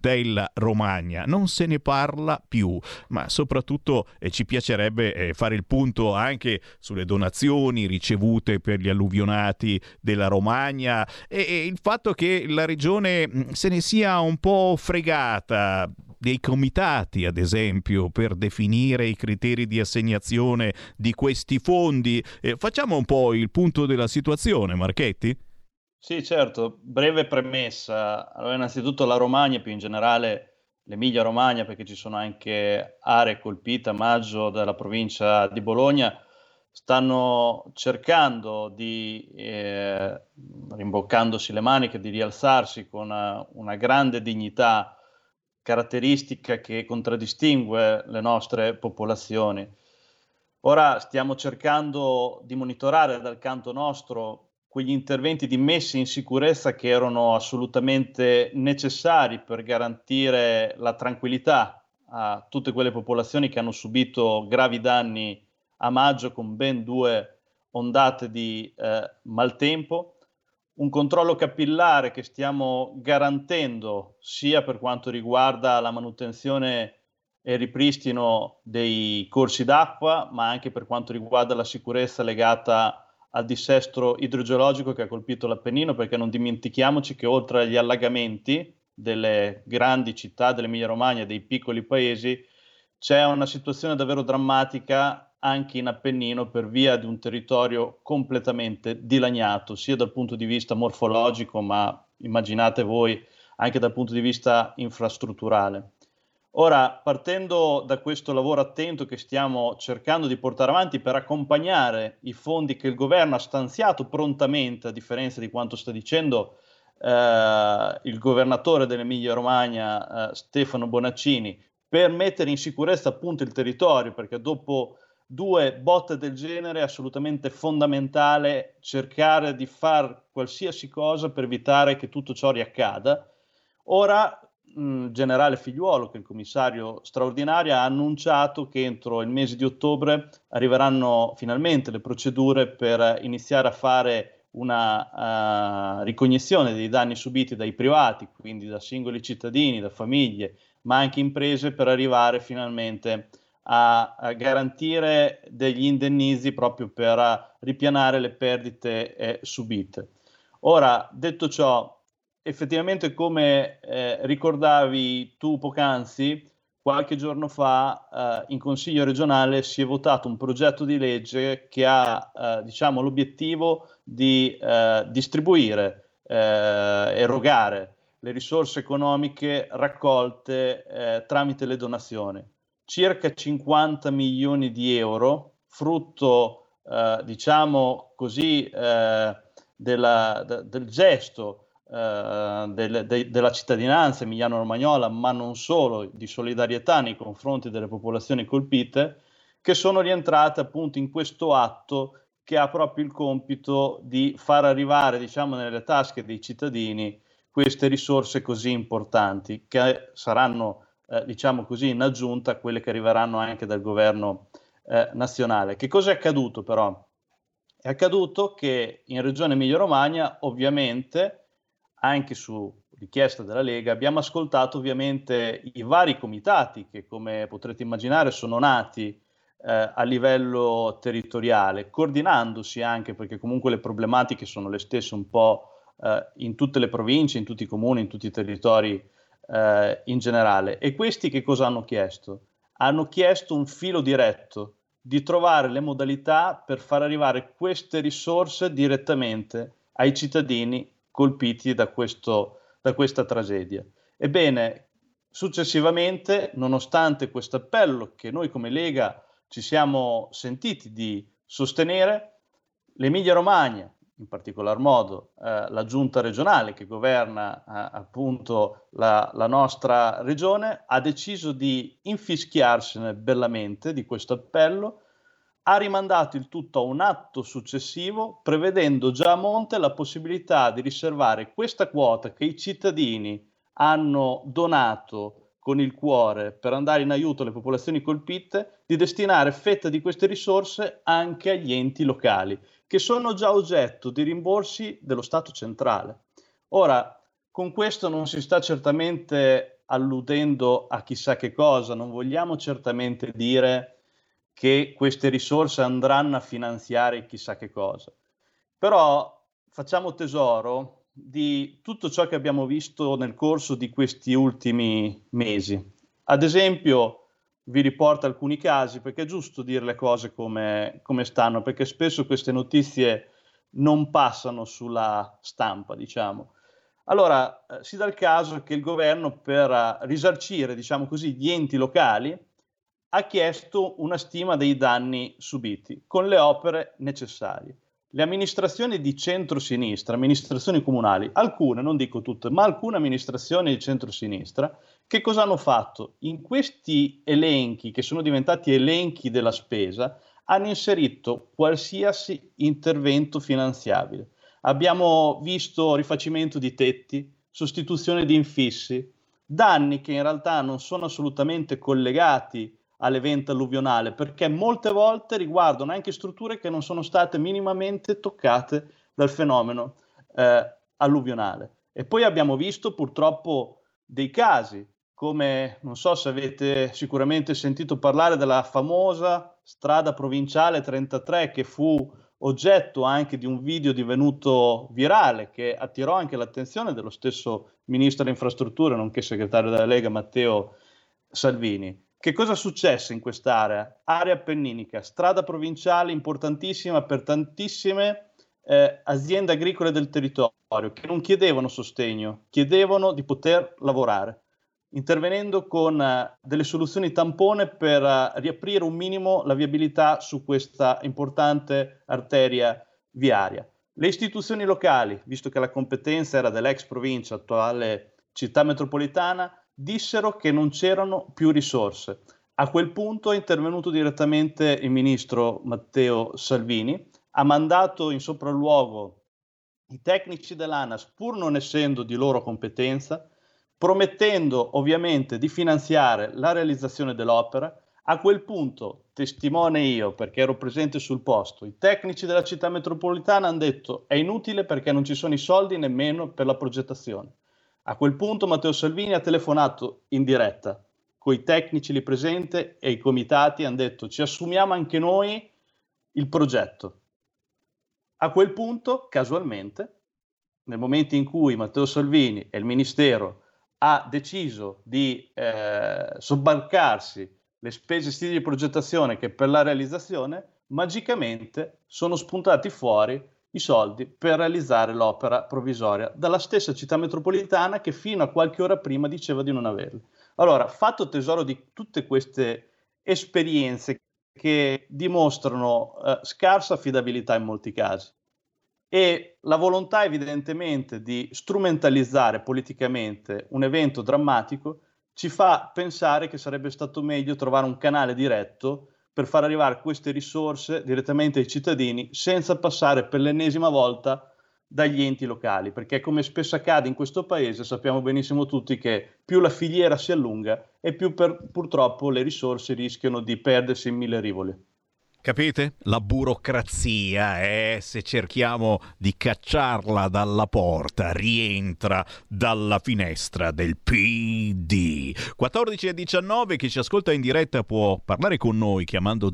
Valtella Romagna. Non se ne parla più, ma soprattutto ci piacerebbe fare il punto anche sulle donazioni ricevute per gli alluvionati della Romagna e il fatto che la regione se ne sia un po' fregata dei comitati, ad esempio, per definire i criteri di assegnazione di questi fondi. Facciamo un po' il punto della situazione, Marchetti? Sì, certo. Breve premessa. Allora, innanzitutto la Romagna, più in generale l'Emilia Romagna, perché ci sono anche aree colpite a maggio dalla provincia di Bologna, stanno cercando di, rimboccandosi le maniche, di rialzarsi con una grande dignità caratteristica che contraddistingue le nostre popolazioni. Ora stiamo cercando di monitorare dal canto nostro quegli interventi di messa in sicurezza che erano assolutamente necessari per garantire la tranquillità a tutte quelle popolazioni che hanno subito gravi danni a maggio con ben 2 ondate di maltempo. Un controllo capillare che stiamo garantendo sia per quanto riguarda la manutenzione e il ripristino dei corsi d'acqua, ma anche per quanto riguarda la sicurezza legata al dissesto idrogeologico che ha colpito l'Appennino, perché non dimentichiamoci che oltre agli allagamenti delle grandi città dell'Emilia Romagna e dei piccoli paesi c'è una situazione davvero drammatica anche in Appennino per via di un territorio completamente dilaniato, sia dal punto di vista morfologico, ma immaginate voi anche dal punto di vista infrastrutturale. Ora, partendo da questo lavoro attento che stiamo cercando di portare avanti per accompagnare i fondi che il governo ha stanziato prontamente, a differenza di quanto sta dicendo il governatore dell'Emilia Romagna, Stefano Bonaccini, per mettere in sicurezza appunto il territorio, perché dopo 2 botte del genere è assolutamente fondamentale cercare di fare qualsiasi cosa per evitare che tutto ciò riaccada. Ora generale Figliuolo, che è il commissario straordinario, ha annunciato che entro il mese di ottobre arriveranno finalmente le procedure per iniziare a fare una ricognizione dei danni subiti dai privati, quindi da singoli cittadini, da famiglie, ma anche imprese, per arrivare finalmente a garantire degli indennizzi proprio per ripianare le perdite subite. Ora, detto ciò, effettivamente come ricordavi tu poc'anzi, qualche giorno fa in Consiglio regionale si è votato un progetto di legge che ha diciamo, l'obiettivo di distribuire, erogare le risorse economiche raccolte tramite le donazioni. Circa 50 milioni di euro, frutto diciamo così del gesto della cittadinanza emiliano-romagnola, ma non solo, di solidarietà nei confronti delle popolazioni colpite, che sono rientrate appunto in questo atto che ha proprio il compito di far arrivare, diciamo, nelle tasche dei cittadini queste risorse così importanti, che saranno diciamo così in aggiunta a quelle che arriveranno anche dal governo nazionale. Che cosa è accaduto però? È accaduto che in Regione Emilia-Romagna, ovviamente, anche su richiesta della Lega, abbiamo ascoltato ovviamente i vari comitati che, come potrete immaginare, sono nati a livello territoriale, coordinandosi anche perché comunque le problematiche sono le stesse un po' in tutte le province, in tutti i comuni, in tutti i territori in generale. E questi che cosa hanno chiesto? Hanno chiesto un filo diretto, di trovare le modalità per far arrivare queste risorse direttamente ai cittadini colpiti da questa tragedia. Ebbene, successivamente, nonostante questo appello che noi come Lega ci siamo sentiti di sostenere, l'Emilia-Romagna, in particolar modo la giunta regionale che governa appunto la nostra regione, ha deciso di infischiarsene bellamente di questo appello, ha rimandato il tutto a un atto successivo, prevedendo già a monte la possibilità di riservare questa quota che i cittadini hanno donato con il cuore per andare in aiuto alle popolazioni colpite, di destinare fetta di queste risorse anche agli enti locali, che sono già oggetto di rimborsi dello Stato centrale. Ora, con questo non si sta certamente alludendo a chissà che cosa, non vogliamo certamente dire che queste risorse andranno a finanziare chissà che cosa, però facciamo tesoro di tutto ciò che abbiamo visto nel corso di questi ultimi mesi. Ad esempio, vi riporto alcuni casi, perché è giusto dire le cose come stanno, perché spesso queste notizie non passano sulla stampa, diciamo. Allora, si dà il caso che il governo, per risarcire, diciamo così, gli enti locali, ha chiesto una stima dei danni subiti con le opere necessarie. Le amministrazioni di centrosinistra, amministrazioni comunali, alcune, non dico tutte, ma alcune amministrazioni di centrosinistra, che cosa hanno fatto? In questi elenchi, che sono diventati elenchi della spesa, hanno inserito qualsiasi intervento finanziabile. Abbiamo visto rifacimento di tetti, sostituzione di infissi, danni che in realtà non sono assolutamente collegati all'evento alluvionale, perché molte volte riguardano anche strutture che non sono state minimamente toccate dal fenomeno alluvionale. E poi abbiamo visto purtroppo dei casi, come non so se avete sicuramente sentito parlare della famosa strada provinciale 33, che fu oggetto anche di un video divenuto virale, che attirò anche l'attenzione dello stesso ministro delle infrastrutture, nonché segretario della Lega, Matteo Salvini. Che cosa successe in quest'area? Area appenninica, strada provinciale importantissima per tantissime aziende agricole del territorio che non chiedevano sostegno, chiedevano di poter lavorare, intervenendo con delle soluzioni tampone per riaprire un minimo la viabilità su questa importante arteria viaria. Le istituzioni locali, visto che la competenza era dell'ex provincia, attuale città metropolitana, dissero che non c'erano più risorse. A quel punto è intervenuto direttamente il ministro Matteo Salvini, ha mandato in sopralluogo i tecnici dell'ANAS, pur non essendo di loro competenza, promettendo ovviamente di finanziare la realizzazione dell'opera. A quel punto, testimone io perché ero presente sul posto, i tecnici della città metropolitana hanno detto è inutile perché non ci sono i soldi nemmeno per la progettazione. A quel punto Matteo Salvini ha telefonato in diretta con i tecnici lì presenti e i comitati, hanno detto ci assumiamo anche noi il progetto. A quel punto, casualmente, nel momento in cui Matteo Salvini e il Ministero ha deciso di sobbarcarsi le spese sia di progettazione che per la realizzazione, magicamente sono spuntati fuori i soldi per realizzare l'opera provvisoria dalla stessa città metropolitana che fino a qualche ora prima diceva di non averli. Allora, fatto tesoro di tutte queste esperienze che dimostrano scarsa affidabilità in molti casi e la volontà evidentemente di strumentalizzare politicamente un evento drammatico, ci fa pensare che sarebbe stato meglio trovare un canale diretto per far arrivare queste risorse direttamente ai cittadini senza passare per l'ennesima volta dagli enti locali, perché come spesso accade in questo paese sappiamo benissimo tutti che più la filiera si allunga e più purtroppo le risorse rischiano di perdersi in mille rivoli. Capite? La burocrazia, se cerchiamo di cacciarla dalla porta, rientra dalla finestra del PD. 14:19, chi ci ascolta in diretta può parlare con noi chiamando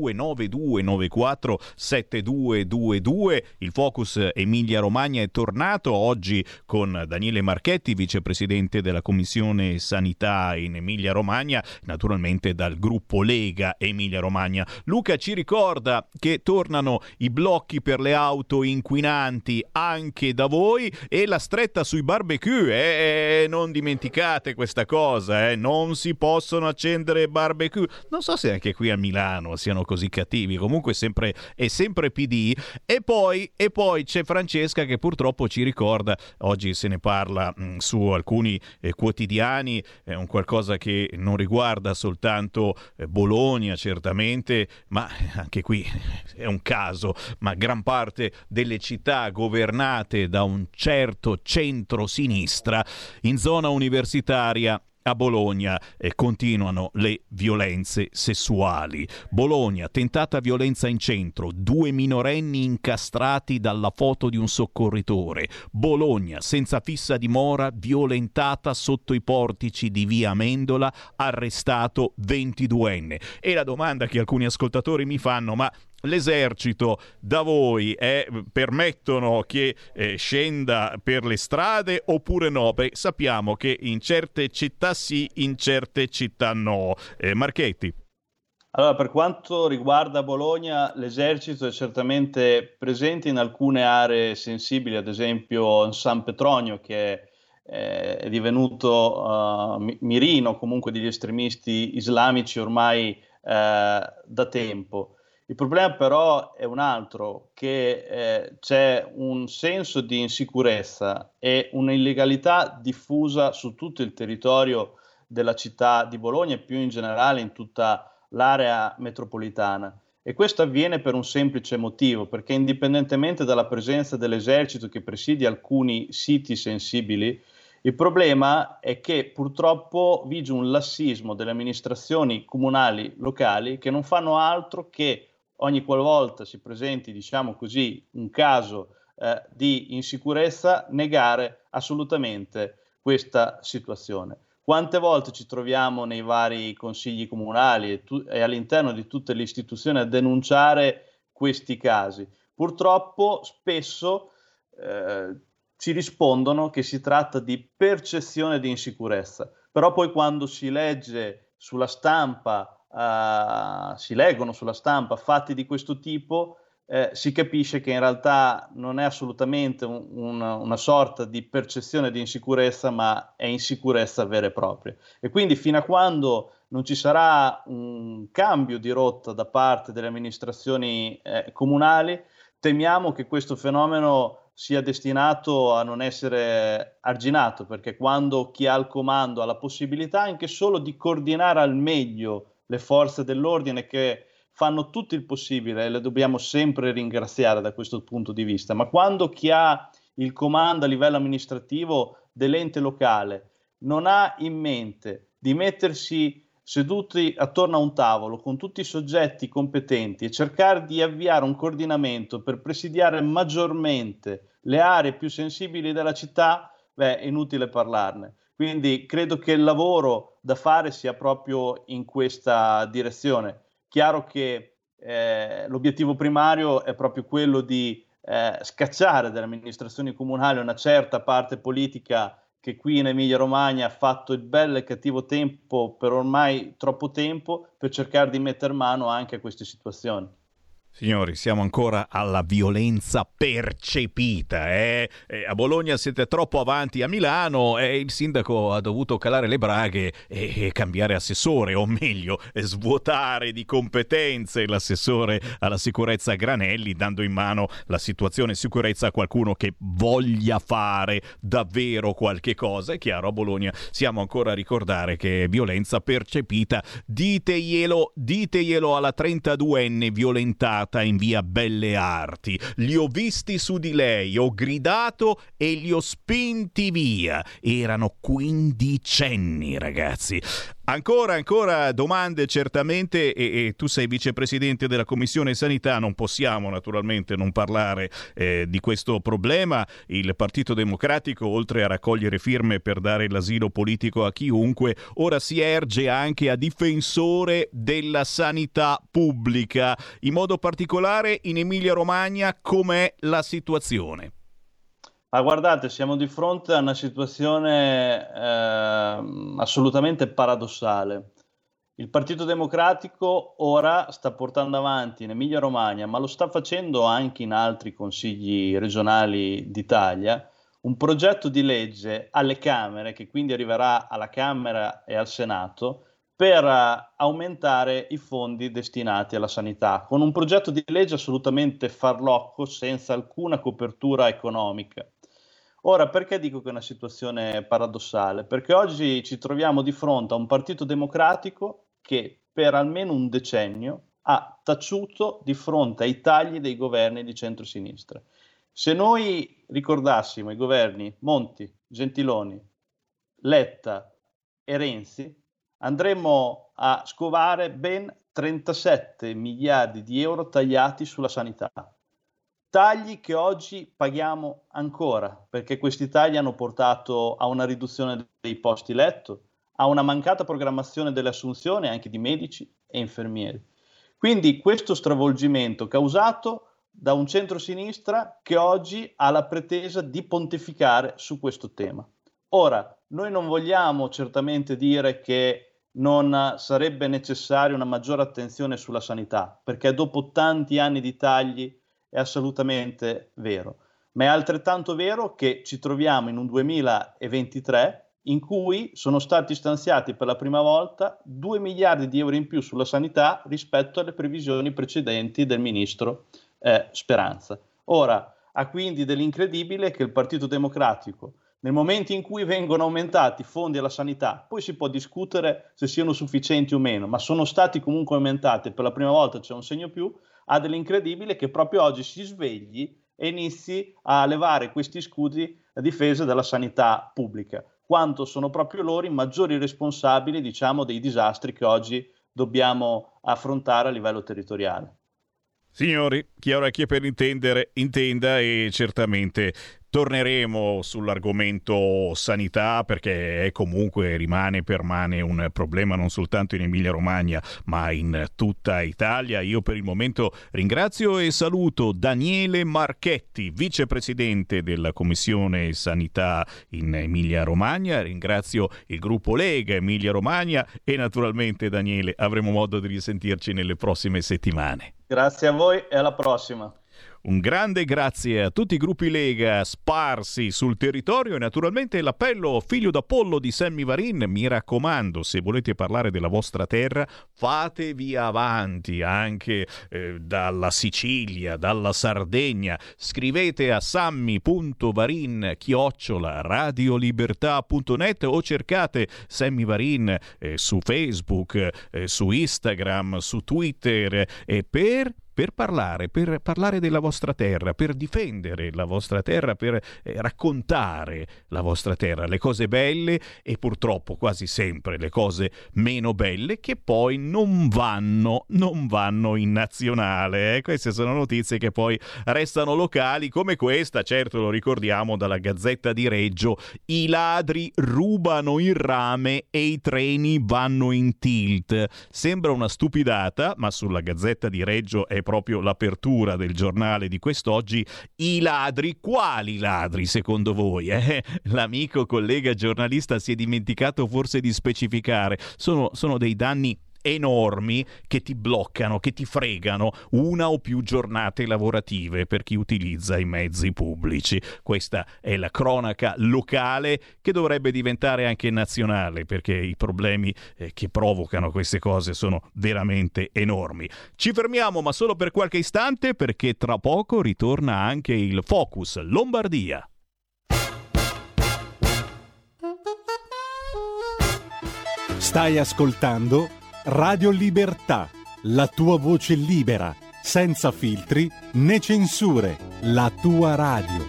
0292947222. Il Focus Emilia Romagna è tornato oggi con Daniele Marchetti, vicepresidente della Commissione Sanità in Emilia Romagna, naturalmente dal gruppo Lega Emilia Romagna. Luca ci ricorda che tornano i blocchi per le auto inquinanti anche da voi e la stretta sui barbecue, non dimenticate questa cosa, non si possono accendere barbecue. Non so se anche qui a Milano siano così cattivi, comunque è sempre PD. E poi c'è Francesca che purtroppo ci ricorda, oggi se ne parla su alcuni quotidiani, è un qualcosa che non riguarda soltanto Bologna certamente, ma anche qui è un caso, ma gran parte delle città governate da un certo centro-sinistra in zona universitaria A Bologna continuano le violenze sessuali. Bologna, tentata violenza in centro, 2 minorenni incastrati dalla foto di un soccorritore. Bologna, senza fissa dimora, violentata sotto i portici di via Amendola, arrestato 22enne. E la domanda che alcuni ascoltatori mi fanno: ma l'esercito da voi permettono che scenda per le strade oppure no? Beh, sappiamo che in certe città sì, in certe città no. Marchetti. Allora, per quanto riguarda Bologna, l'esercito è certamente presente in alcune aree sensibili, ad esempio in San Petronio, che è divenuto mirino comunque degli estremisti islamici ormai da tempo. Il problema però è un altro, che c'è un senso di insicurezza e un'illegalità diffusa su tutto il territorio della città di Bologna e più in generale in tutta l'area metropolitana. E questo avviene per un semplice motivo, perché indipendentemente dalla presenza dell'esercito che presidia alcuni siti sensibili, il problema è che purtroppo vige un lassismo delle amministrazioni comunali locali che non fanno altro che ogni qualvolta si presenti, diciamo così, un caso di insicurezza, negare assolutamente questa situazione. Quante volte ci troviamo nei vari consigli comunali e all'interno di tutte le istituzioni a denunciare questi casi? Purtroppo spesso ci rispondono che si tratta di percezione di insicurezza, però poi quando si legge sulla stampa si leggono sulla stampa fatti di questo tipo, si capisce che in realtà non è assolutamente una sorta di percezione di insicurezza, ma è insicurezza vera e propria. E quindi fino a quando non ci sarà un cambio di rotta da parte delle amministrazioni comunali, temiamo che questo fenomeno sia destinato a non essere arginato, perché quando chi ha il comando ha la possibilità anche solo di coordinare al meglio le forze dell'ordine, che fanno tutto il possibile e le dobbiamo sempre ringraziare da questo punto di vista, ma quando chi ha il comando a livello amministrativo dell'ente locale non ha in mente di mettersi seduti attorno a un tavolo con tutti i soggetti competenti e cercare di avviare un coordinamento per presidiare maggiormente le aree più sensibili della città, è inutile parlarne. Quindi credo che il lavoro da fare sia proprio in questa direzione. Chiaro che l'obiettivo primario è proprio quello di scacciare dalle amministrazioni comunali una certa parte politica che qui in Emilia-Romagna ha fatto il bello e cattivo tempo per ormai troppo tempo, per cercare di mettere mano anche a queste situazioni. Signori, siamo ancora alla violenza percepita. A Bologna siete troppo avanti, a Milano il sindaco ha dovuto calare le braghe e cambiare assessore, o meglio, svuotare di competenze l'assessore alla sicurezza Granelli, dando in mano la situazione sicurezza a qualcuno che voglia fare davvero qualche cosa. È chiaro, a Bologna siamo ancora a ricordare che è violenza percepita. Diteglielo alla 32enne violentata in via Belle Arti. Li ho visti su di lei, ho gridato e li ho spinti via. Erano quindicenni, ragazzi. Ancora domande certamente, e tu sei vicepresidente della Commissione Sanità, non possiamo naturalmente non parlare di questo problema. Il Partito Democratico, oltre a raccogliere firme per dare l'asilo politico a chiunque, ora si erge anche a difensore della sanità pubblica. In modo particolare in Emilia-Romagna com'è la situazione? Ma guardate, siamo di fronte a una situazione assolutamente paradossale. Il Partito Democratico ora sta portando avanti in Emilia-Romagna, ma lo sta facendo anche in altri consigli regionali d'Italia, un progetto di legge alle Camere, che quindi arriverà alla Camera e al Senato, per aumentare i fondi destinati alla sanità, con un progetto di legge assolutamente farlocco, senza alcuna copertura economica. Ora, perché dico che è una situazione paradossale? Perché oggi ci troviamo di fronte a un Partito Democratico che per almeno un decennio ha taciuto di fronte ai tagli dei governi di centrosinistra. Se noi ricordassimo i governi Monti, Gentiloni, Letta e Renzi andremo a scovare ben 37 miliardi di euro tagliati sulla sanità. Tagli che oggi paghiamo ancora, perché questi tagli hanno portato a una riduzione dei posti letto, a una mancata programmazione delle assunzioni anche di medici e infermieri. Quindi questo stravolgimento causato da un centro-sinistra che oggi ha la pretesa di pontificare su questo tema. Ora, noi non vogliamo certamente dire che non sarebbe necessaria una maggiore attenzione sulla sanità, perché dopo tanti anni di tagli è assolutamente vero, ma è altrettanto vero che ci troviamo in un 2023 in cui sono stati stanziati per la prima volta 2 miliardi di euro in più sulla sanità rispetto alle previsioni precedenti del ministro Speranza. Ora, ha quindi dell'incredibile che il Partito Democratico, nel momento in cui vengono aumentati i fondi alla sanità, poi si può discutere se siano sufficienti o meno, ma sono stati comunque aumentati, per la prima volta c'è un segno più, ha dell'incredibile che proprio oggi si svegli e inizi a levare questi scudi a difesa della sanità pubblica, quanto sono proprio loro i maggiori responsabili, diciamo, dei disastri che oggi dobbiamo affrontare a livello territoriale. Signori, chi ora chi è per intendere, intenda, e certamente torneremo sull'argomento sanità, perché è comunque permane un problema non soltanto in Emilia-Romagna ma in tutta Italia. Io per il momento ringrazio e saluto Daniele Marchetti, vicepresidente della Commissione Sanità in Emilia-Romagna, ringrazio il gruppo Lega Emilia-Romagna e naturalmente Daniele avremo modo di risentirci nelle prossime settimane. Grazie a voi e alla prossima. Un grande grazie a tutti i gruppi Lega sparsi sul territorio e naturalmente l'appello figlio d'Apollo di Sammy Varin. Mi raccomando, se volete parlare della vostra terra, fatevi avanti anche dalla Sicilia, dalla Sardegna. Scrivete a sammy.varin@radiolibertà.net o cercate Sammy Varin su Facebook, su Instagram, su Twitter per parlare della vostra terra, per difendere la vostra terra, per raccontare la vostra terra, le cose belle e purtroppo quasi sempre le cose meno belle che poi non vanno in nazionale. Queste sono notizie che poi restano locali, come questa, certo lo ricordiamo dalla Gazzetta di Reggio: i ladri rubano il rame e i treni vanno in tilt. Sembra una stupidata, ma sulla Gazzetta di Reggio è proprio l'apertura del giornale di quest'oggi. I ladri, quali ladri secondo voi? L'amico collega giornalista si è dimenticato forse di specificare. Sono dei danni enormi che ti bloccano, che ti fregano una o più giornate lavorative per chi utilizza i mezzi pubblici. Questa è la cronaca locale che dovrebbe diventare anche nazionale, perché i problemi che provocano queste cose sono veramente enormi. Ci fermiamo, ma solo per qualche istante, perché tra poco ritorna anche il Focus Lombardia. Stai ascoltando Radio Libertà, la tua voce libera, senza filtri né censure, la tua radio.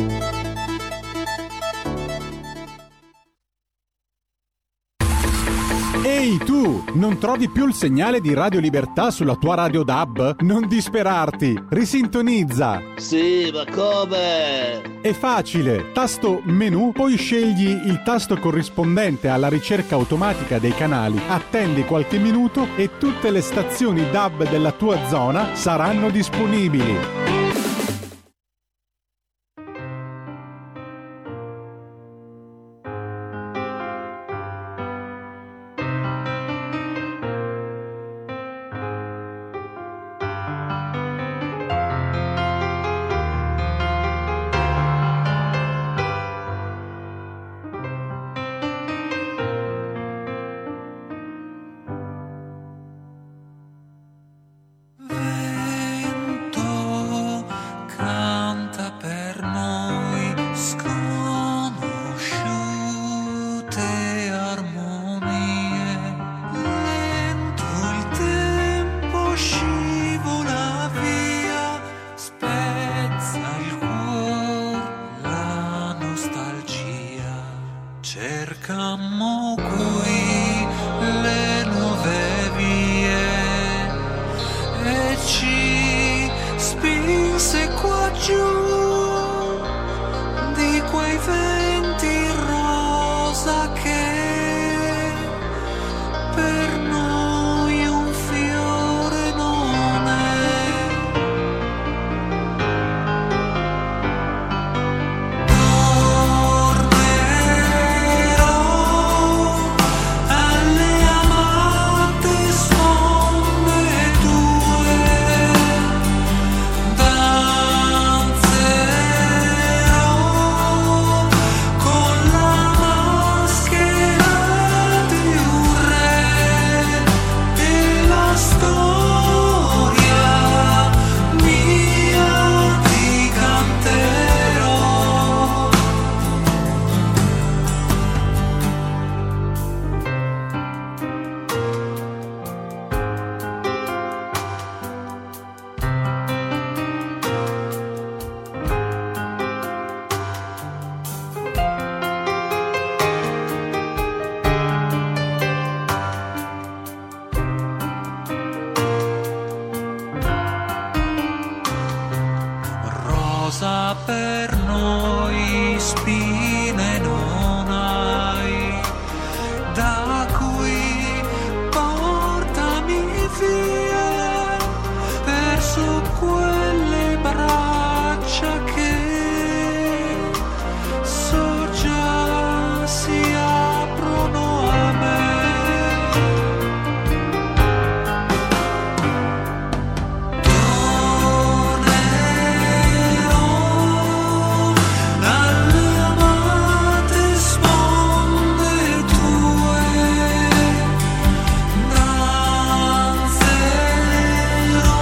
Ehi tu, non trovi più il segnale di Radio Libertà sulla tua radio DAB? Non disperarti, risintonizza. Sì, ma come? È facile, tasto menu, poi scegli il tasto corrispondente alla ricerca automatica dei canali, attendi qualche minuto e tutte le stazioni DAB della tua zona saranno disponibili. Vento ci spinse qua giù di quei venti rosa che per noi un fiore non è. Tornerò alle amate sponde tue, danzerò con la maschera di un re e la storia mia ti canterò. Rosa, per noi spine non hai, da qui portami via verso quelle braccia che so già si aprono a me. Alle amate sponde tue, danzerò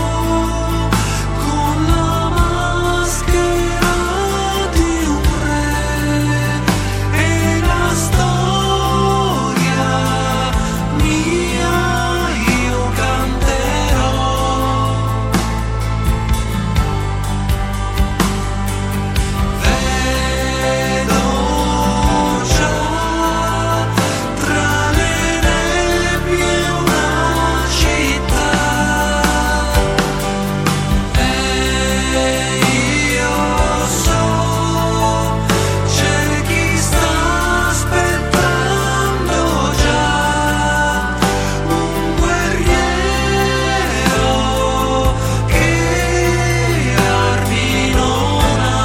con la maschera di un re e la storia mia io canterò. Vedo già tra le nebbie una città e io so c'è chi sta aspettando già un guerriero che armi non ha.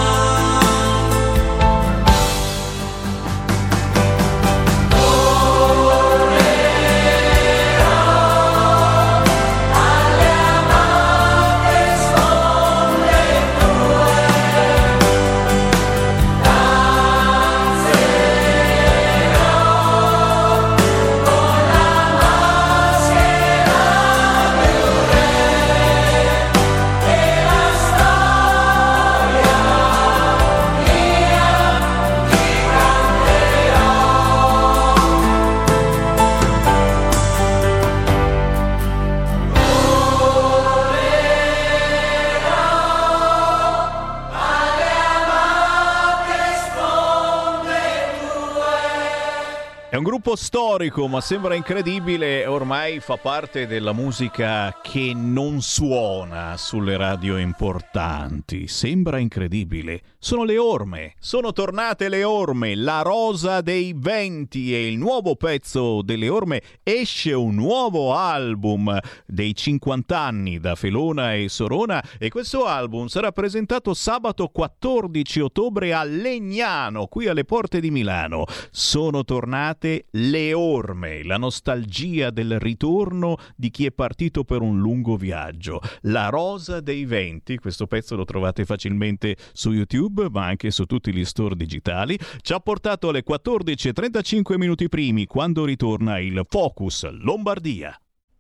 È un gruppo storico, ma sembra incredibile, ormai fa parte della musica che non suona sulle radio importanti. Sembra incredibile. Sono le Orme, sono tornate le Orme, La Rosa dei Venti, e il nuovo pezzo delle Orme. Esce un nuovo album dei 50 anni da Felona e Sorona, e questo album sarà presentato sabato 14 ottobre a Legnano, qui alle porte di Milano. Sono tornate le Orme, la nostalgia del ritorno di chi è partito per un lungo viaggio. La Rosa dei Venti, questo pezzo lo trovate facilmente su YouTube, ma anche su tutti gli store digitali. Ci ha portato alle 14:35 minuti primi, quando ritorna il Focus Lombardia.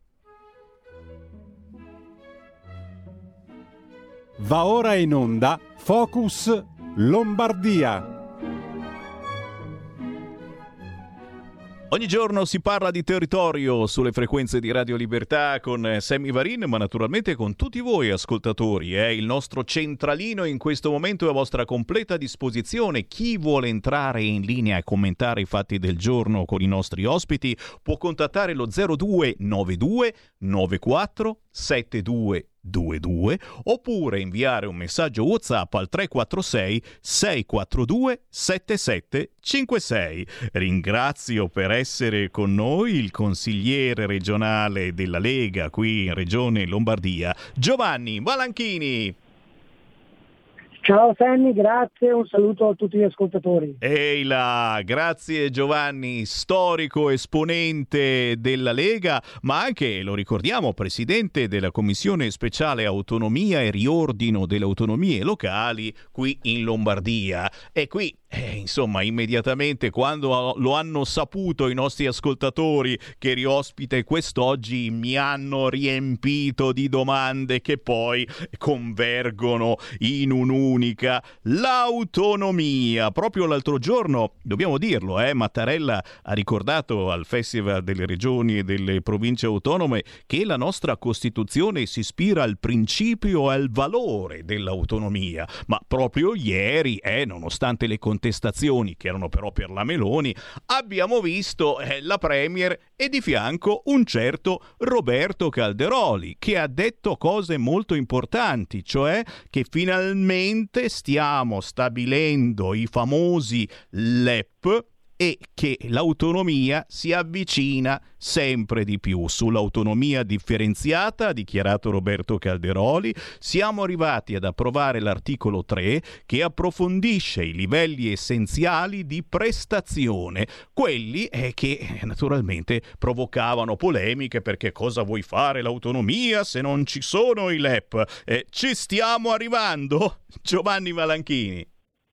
Va ora in onda Focus Lombardia. Ogni giorno si parla di territorio sulle frequenze di Radio Libertà con Sammy Varin, ma naturalmente con tutti voi ascoltatori. Il nostro centralino in questo momento è a vostra completa disposizione. Chi vuole entrare in linea e commentare i fatti del giorno con i nostri ospiti può contattare lo 0292 94 7222 oppure inviare un messaggio WhatsApp al 346 642 7756. Ringrazio per essere con noi il consigliere regionale della Lega qui in Regione Lombardia, Giovanni Malanchini. Ciao Sammy, grazie, un saluto a tutti gli ascoltatori. Ehi là, grazie Giovanni, storico esponente della Lega, ma anche, lo ricordiamo, presidente della Commissione Speciale Autonomia e Riordino delle Autonomie Locali qui in Lombardia. E qui, insomma, immediatamente quando lo hanno saputo i nostri ascoltatori che riospite quest'oggi, mi hanno riempito di domande che poi convergono in un'unica: l'autonomia. Proprio l'altro giorno, dobbiamo dirlo, Mattarella ha ricordato al Festival delle Regioni e delle Province Autonome che la nostra Costituzione si ispira al principio e al valore dell'autonomia. Ma proprio ieri, nonostante le contestazioni che erano però per la Meloni, abbiamo visto la Premier e di fianco un certo Roberto Calderoli che ha detto cose molto importanti, cioè che finalmente stiamo stabilendo i famosi LEP e che l'autonomia si avvicina sempre di più. Sull'autonomia differenziata, ha dichiarato Roberto Calderoli, siamo arrivati ad approvare l'articolo 3 che approfondisce i livelli essenziali di prestazione, quelli che naturalmente provocavano polemiche, perché cosa vuoi fare l'autonomia se non ci sono i LEP? Ci stiamo arrivando? Giovanni Malanchini.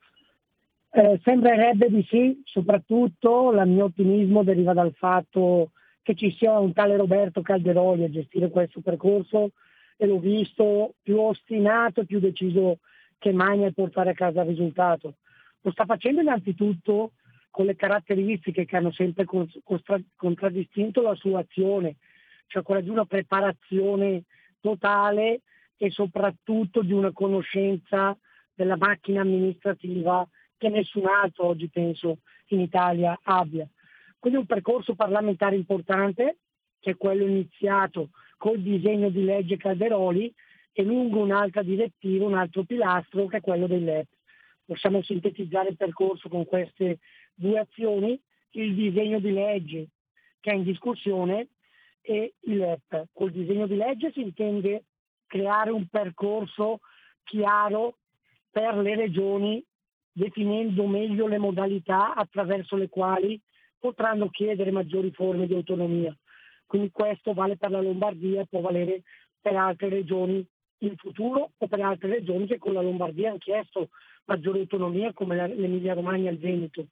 Sembrerebbe di sì, soprattutto il mio ottimismo deriva dal fatto che ci sia un tale Roberto Calderoli a gestire questo percorso, e l'ho visto più ostinato e più deciso che mai nel portare a casa il risultato. Lo sta facendo innanzitutto con le caratteristiche che hanno sempre contraddistinto la sua azione, cioè quella di una preparazione totale e soprattutto di una conoscenza della macchina amministrativa che nessun altro oggi penso in Italia abbia. Quindi un percorso parlamentare importante, che è quello iniziato col disegno di legge Calderoli e lungo un'altra direttiva, un altro pilastro che è quello dei LEP. Possiamo sintetizzare il percorso con queste due azioni: il disegno di legge che è in discussione e il LEP. Col disegno di legge si intende creare un percorso chiaro per le regioni, definendo meglio le modalità attraverso le quali potranno chiedere maggiori forme di autonomia. Quindi questo vale per la Lombardia e può valere per altre regioni in futuro, o per altre regioni che con la Lombardia hanno chiesto maggiore autonomia, come l'Emilia Romagna e il Veneto.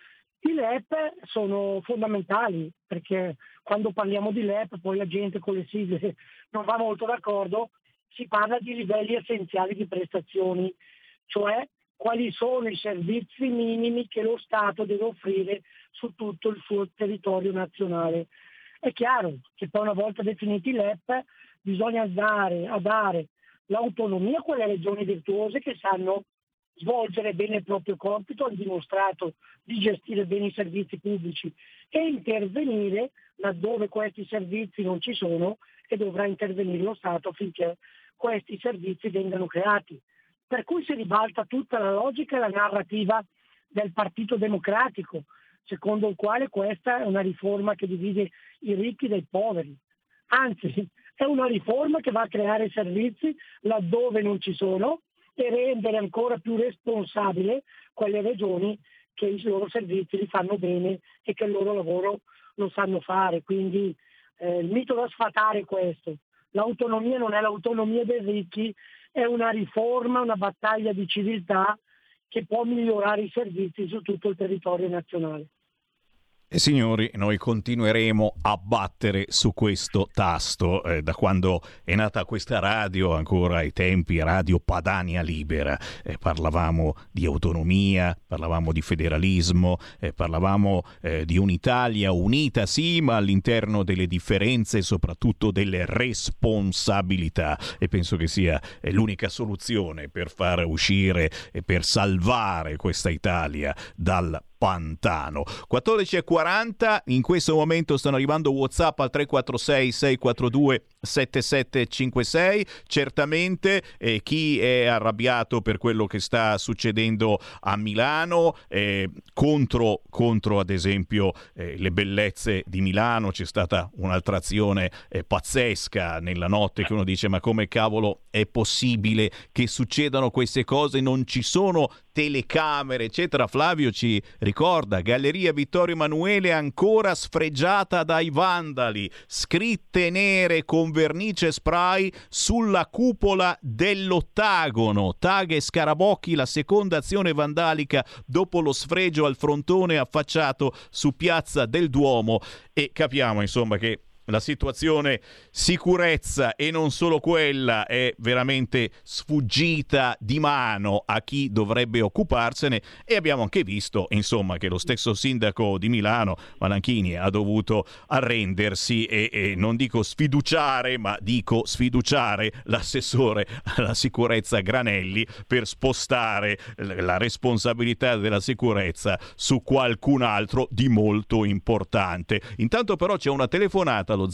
I LEP sono fondamentali, perché quando parliamo di LEP poi la gente con le sigle non va molto d'accordo. Si parla di livelli essenziali di prestazioni, cioè quali sono i servizi minimi che lo Stato deve offrire su tutto il suo territorio nazionale. È chiaro che poi, una volta definiti i LEP, bisogna andare a dare l'autonomia a quelle regioni virtuose che sanno svolgere bene il proprio compito, hanno dimostrato di gestire bene i servizi pubblici, e intervenire laddove questi servizi non ci sono, e dovrà intervenire lo Stato affinché questi servizi vengano creati. Per cui si ribalta tutta la logica e la narrativa del Partito Democratico, secondo il quale questa è una riforma che divide i ricchi dai poveri. Anzi, è una riforma che va a creare servizi laddove non ci sono e rendere ancora più responsabile quelle regioni che i loro servizi li fanno bene e che il loro lavoro lo sanno fare. Quindi il mito da sfatare è questo: l'autonomia non è l'autonomia dei ricchi, è una riforma, una battaglia di civiltà che può migliorare i servizi su tutto il territorio nazionale. E signori, noi continueremo a battere su questo tasto da quando è nata questa radio, ancora ai tempi Radio Padania Libera. Parlavamo di autonomia, parlavamo di federalismo, parlavamo di un'Italia unita, sì, ma all'interno delle differenze e soprattutto delle responsabilità. E penso che sia l'unica soluzione per far uscire e per salvare questa Italia dal pantano. 14:40, in questo momento stanno arrivando WhatsApp al 346 642 7756. Certamente chi è arrabbiato per quello che sta succedendo a Milano, contro ad esempio le bellezze di Milano. C'è stata un'altra azione pazzesca nella notte, che uno dice: ma come cavolo è possibile che succedano queste cose? Non ci sono telecamere eccetera. Flavio ci ricorda: Galleria Vittorio Emanuele ancora sfregiata dai vandali, scritte nere con vernice spray sulla cupola dell'ottagono. Taghe e scarabocchi, la seconda azione vandalica dopo lo sfregio al frontone affacciato su Piazza del Duomo. E capiamo insomma che la situazione sicurezza, e non solo quella, è veramente sfuggita di mano a chi dovrebbe occuparsene. E abbiamo anche visto insomma che lo stesso sindaco di Milano, Malanchini, ha dovuto arrendersi e non dico sfiduciare, ma dico sfiduciare l'assessore alla sicurezza Granelli per spostare la responsabilità della sicurezza su qualcun altro di molto importante. Intanto però c'è una telefonata allo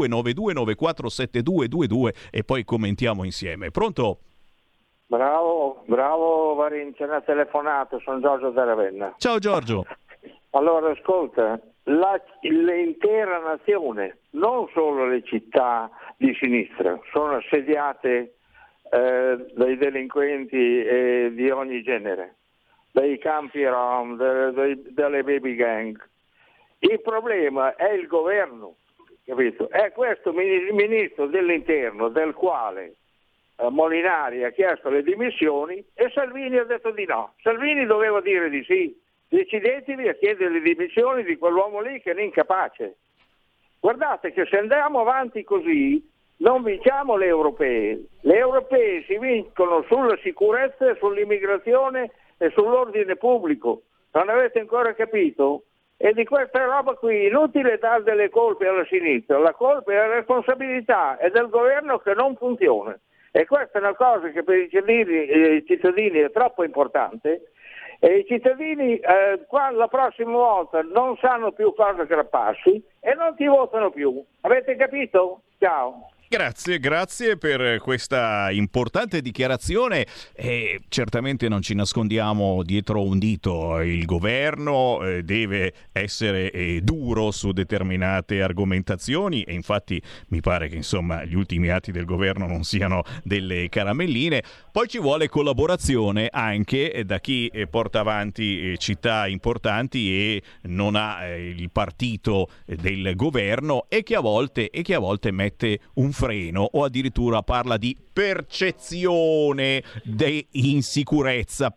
0292947222 e poi commentiamo insieme. Pronto? Bravo Varin, c'è una telefonata, sono Giorgio da Ravenna. Ciao Giorgio. Allora ascolta, l'intera nazione, non solo le città di sinistra, sono assediate dai delinquenti di ogni genere, dai campi rom, dalle baby gang. Il problema è il governo, capito? È questo ministro dell'interno del quale Molinari ha chiesto le dimissioni e Salvini ha detto di no. Salvini doveva dire di sì. Decidetevi a chiedere le dimissioni di quell'uomo lì che è un incapace. Guardate che se andiamo avanti così non vinciamo le europee. Le europee si vincono sulla sicurezza, sull'immigrazione e sull'ordine pubblico. Non avete ancora capito? E di questa roba qui inutile dare delle colpe alla sinistra, la colpa e la responsabilità è del governo che non funziona, e questa è una cosa che per i cittadini è troppo importante, e i cittadini la prossima volta non sanno più cosa aggrapparsi e non ti votano più. Avete capito? Ciao. Grazie per questa importante dichiarazione. Certamente non ci nascondiamo dietro un dito. Il governo deve essere duro su determinate argomentazioni, e infatti mi pare che insomma gli ultimi atti del governo non siano delle caramelline. Poi ci vuole collaborazione anche da chi porta avanti città importanti e non ha il partito del governo, e che a volte mette un freno o addirittura parla di percezione di insicurezza.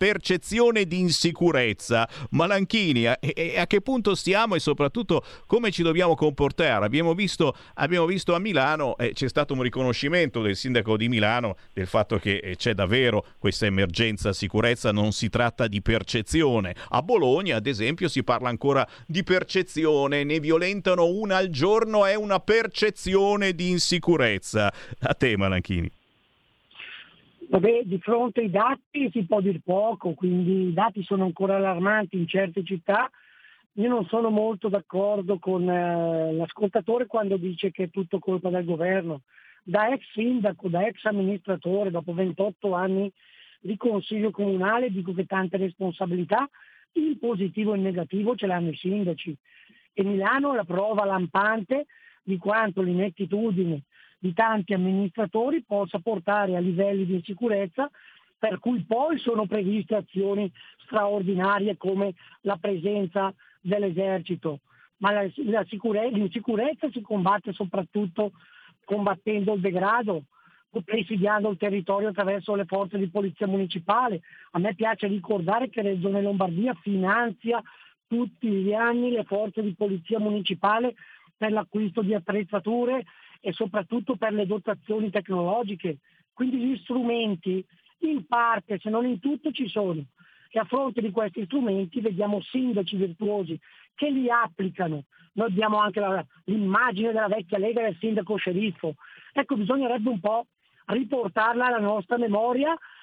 Malanchini, a che punto stiamo e soprattutto come ci dobbiamo comportare? Abbiamo visto a Milano, c'è stato un riconoscimento del sindaco di Milano del fatto che c'è davvero questa emergenza sicurezza, non si tratta di percezione. A Bologna ad esempio si parla ancora di percezione, ne violentano una al giorno, è una percezione di insicurezza. A te Malanchini. Vabbè, di fronte ai dati si può dir poco, quindi i dati sono ancora allarmanti in certe città. Io non sono molto d'accordo con l'ascoltatore quando dice che è tutto colpa del governo. Da ex sindaco, da ex amministratore, dopo 28 anni di consiglio comunale, dico che tante responsabilità, in positivo e in negativo, ce l'hanno i sindaci. E Milano è la prova lampante di quanto l'inettitudine di tanti amministratori possa portare a livelli di insicurezza, per cui poi sono previste azioni straordinarie come la presenza dell'esercito, ma l'insicurezza si combatte soprattutto combattendo il degrado, presidiando il territorio attraverso le forze di polizia municipale. A me piace ricordare che Regione Lombardia finanzia tutti gli anni le forze di polizia municipale per l'acquisto di attrezzature e soprattutto per le dotazioni tecnologiche. Quindi gli strumenti in parte, se non in tutto, ci sono, e a fronte di questi strumenti vediamo sindaci virtuosi che li applicano. Noi abbiamo anche l'immagine della vecchia Lega del sindaco sceriffo. Ecco, bisognerebbe un po' riportarla alla nostra memoria,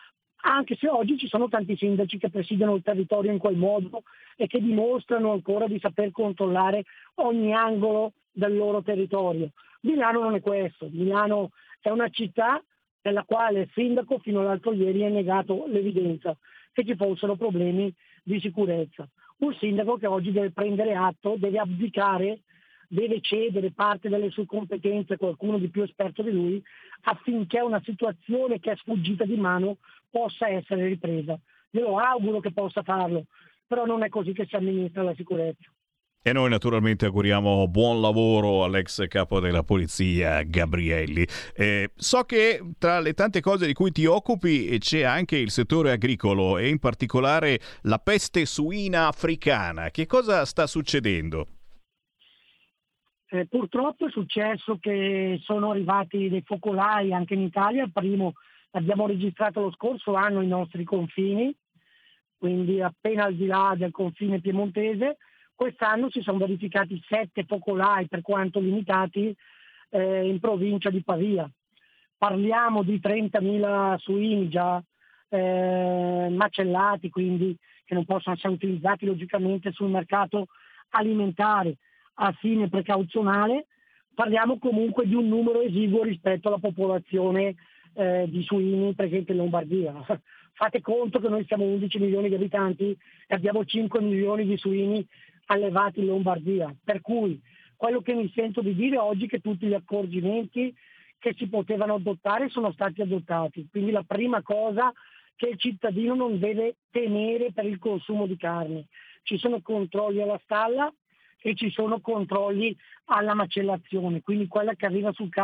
anche se oggi ci sono tanti sindaci che presidiano il territorio in quel modo e che dimostrano ancora di saper controllare ogni angolo del loro territorio. Milano non è questo, Milano è una città nella quale il sindaco fino all'altro ieri ha negato l'evidenza che ci fossero problemi di sicurezza. Un sindaco che oggi deve prendere atto, deve abdicare, deve cedere parte delle sue competenze a qualcuno di più esperto di lui affinché una situazione che è sfuggita di mano possa essere ripresa. Io auguro che possa farlo, però non è così che si amministra la sicurezza. E noi naturalmente auguriamo buon lavoro all'ex capo della polizia Gabrielli. So che tra le tante cose di cui ti occupi c'è anche il settore agricolo e in particolare la peste suina africana. Che cosa sta succedendo? Purtroppo è successo che sono arrivati dei focolai anche in Italia. Il primo l'abbiamo registrato lo scorso anno ai nostri confini, quindi appena al di là del confine piemontese. Quest'anno si sono verificati 7 focolai, per quanto limitati, in provincia di Pavia. Parliamo di 30.000 suini già macellati, quindi che non possono essere utilizzati logicamente sul mercato alimentare a fine precauzionale. Parliamo comunque di un numero esiguo rispetto alla popolazione di suini presente in Lombardia. Fate conto che noi siamo 11 milioni di abitanti e abbiamo 5 milioni di suini allevati in Lombardia, per cui quello che mi sento di dire oggi è che tutti gli accorgimenti che si potevano adottare sono stati adottati. Quindi la prima cosa che il cittadino non deve temere per il consumo di carne. Ci sono controlli alla stalla e ci sono controlli alla macellazione, quindi quella che arriva sul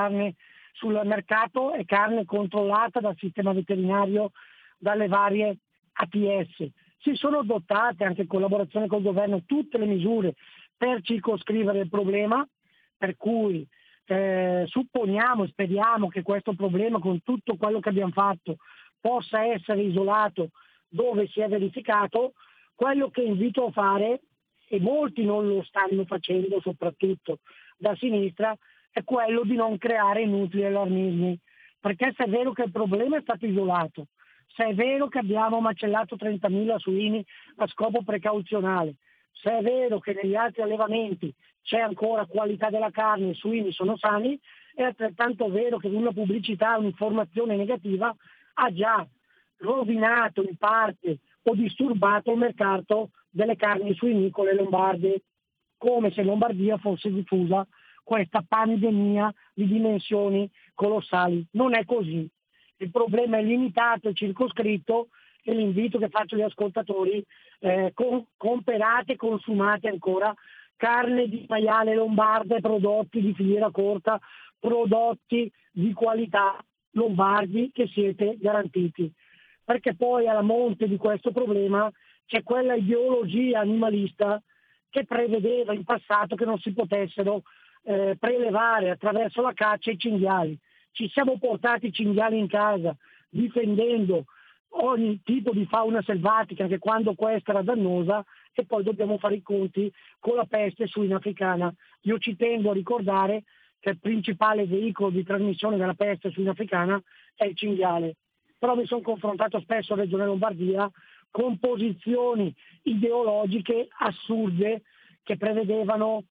mercato è carne controllata dal sistema veterinario, dalle varie ATS. Si sono adottate anche in collaborazione col governo tutte le misure per circoscrivere il problema, per cui supponiamo e speriamo che questo problema, con tutto quello che abbiamo fatto, possa essere isolato dove si è verificato. Quello che invito a fare, e molti non lo stanno facendo, soprattutto da sinistra, è quello di non creare inutili allarmismi, perché se è vero che il problema è stato isolato, se è vero che abbiamo macellato 30.000 suini a scopo precauzionale, se è vero che negli altri allevamenti c'è ancora qualità della carne, i suini sono sani, è altrettanto vero che una pubblicità, un'informazione negativa ha già rovinato in parte o disturbato il mercato delle carni suinicole lombarde, come se in Lombardia fosse diffusa questa pandemia di dimensioni colossali. Non è così. Il problema è limitato e circoscritto, e l'invito che faccio agli ascoltatori, comprate e consumate ancora carne di maiale lombarde, prodotti di filiera corta, prodotti di qualità lombardi, che siete garantiti. Perché poi alla monte di questo problema c'è quella ideologia animalista che prevedeva in passato che non si potessero prelevare attraverso la caccia i cinghiali. Ci siamo portati i cinghiali in casa difendendo ogni tipo di fauna selvatica anche quando questa era dannosa, e poi dobbiamo fare i conti con la peste suina africana. Io ci tengo a ricordare che il principale veicolo di trasmissione della peste suina africana è il cinghiale. Però mi sono confrontato spesso a Regione Lombardia con posizioni ideologiche assurde che prevedevano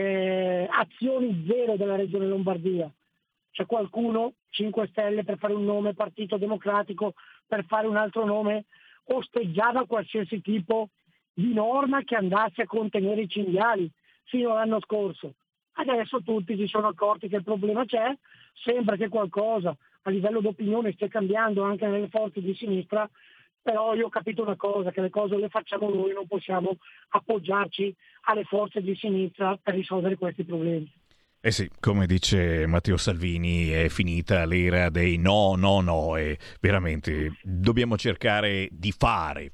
azioni zero della Regione Lombardia. C'è qualcuno, 5 Stelle per fare un nome, Partito Democratico per fare un altro nome, osteggiava qualsiasi tipo di norma che andasse a contenere i cinghiali fino all'anno scorso. Adesso tutti si sono accorti che il problema c'è, sembra che qualcosa a livello d'opinione stia cambiando anche nelle forze di sinistra, però io ho capito una cosa, che le cose le facciamo noi, non possiamo appoggiarci alle forze di sinistra per risolvere questi problemi. Eh sì, come dice Matteo Salvini, è finita l'era dei no, e veramente dobbiamo cercare di fare.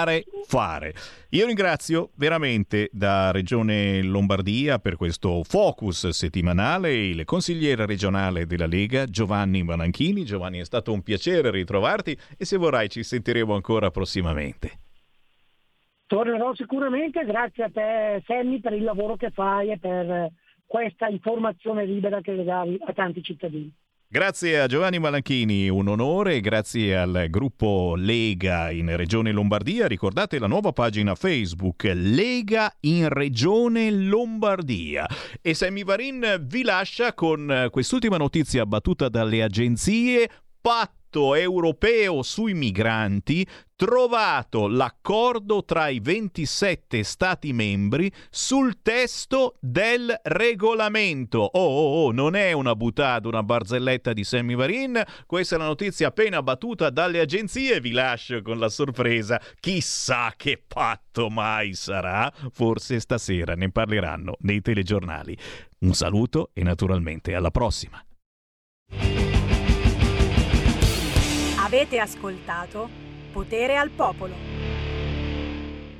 Io ringrazio veramente da Regione Lombardia per questo focus settimanale il consigliere regionale della Lega Giovanni Bonanchini. Giovanni, è stato un piacere ritrovarti e se vorrai ci sentiremo ancora prossimamente. Tornerò sicuramente, grazie a te Sammy per il lavoro che fai e per questa informazione libera che le davi a tanti cittadini. Grazie a Giovanni Malanchini, un onore, grazie al gruppo Lega in Regione Lombardia. Ricordate la nuova pagina Facebook Lega in Regione Lombardia. E Sammy Varin vi lascia con quest'ultima notizia battuta dalle agenzie: patto europeo sui migranti, trovato l'accordo tra i 27 Stati membri sul testo del regolamento. Non è una buttata, una barzelletta di Sammy Varin, questa è la notizia appena battuta dalle agenzie. Vi lascio con la sorpresa, chissà che patto mai sarà, forse stasera ne parleranno nei telegiornali. Un saluto e naturalmente alla prossima. Avete ascoltato Potere al Popolo.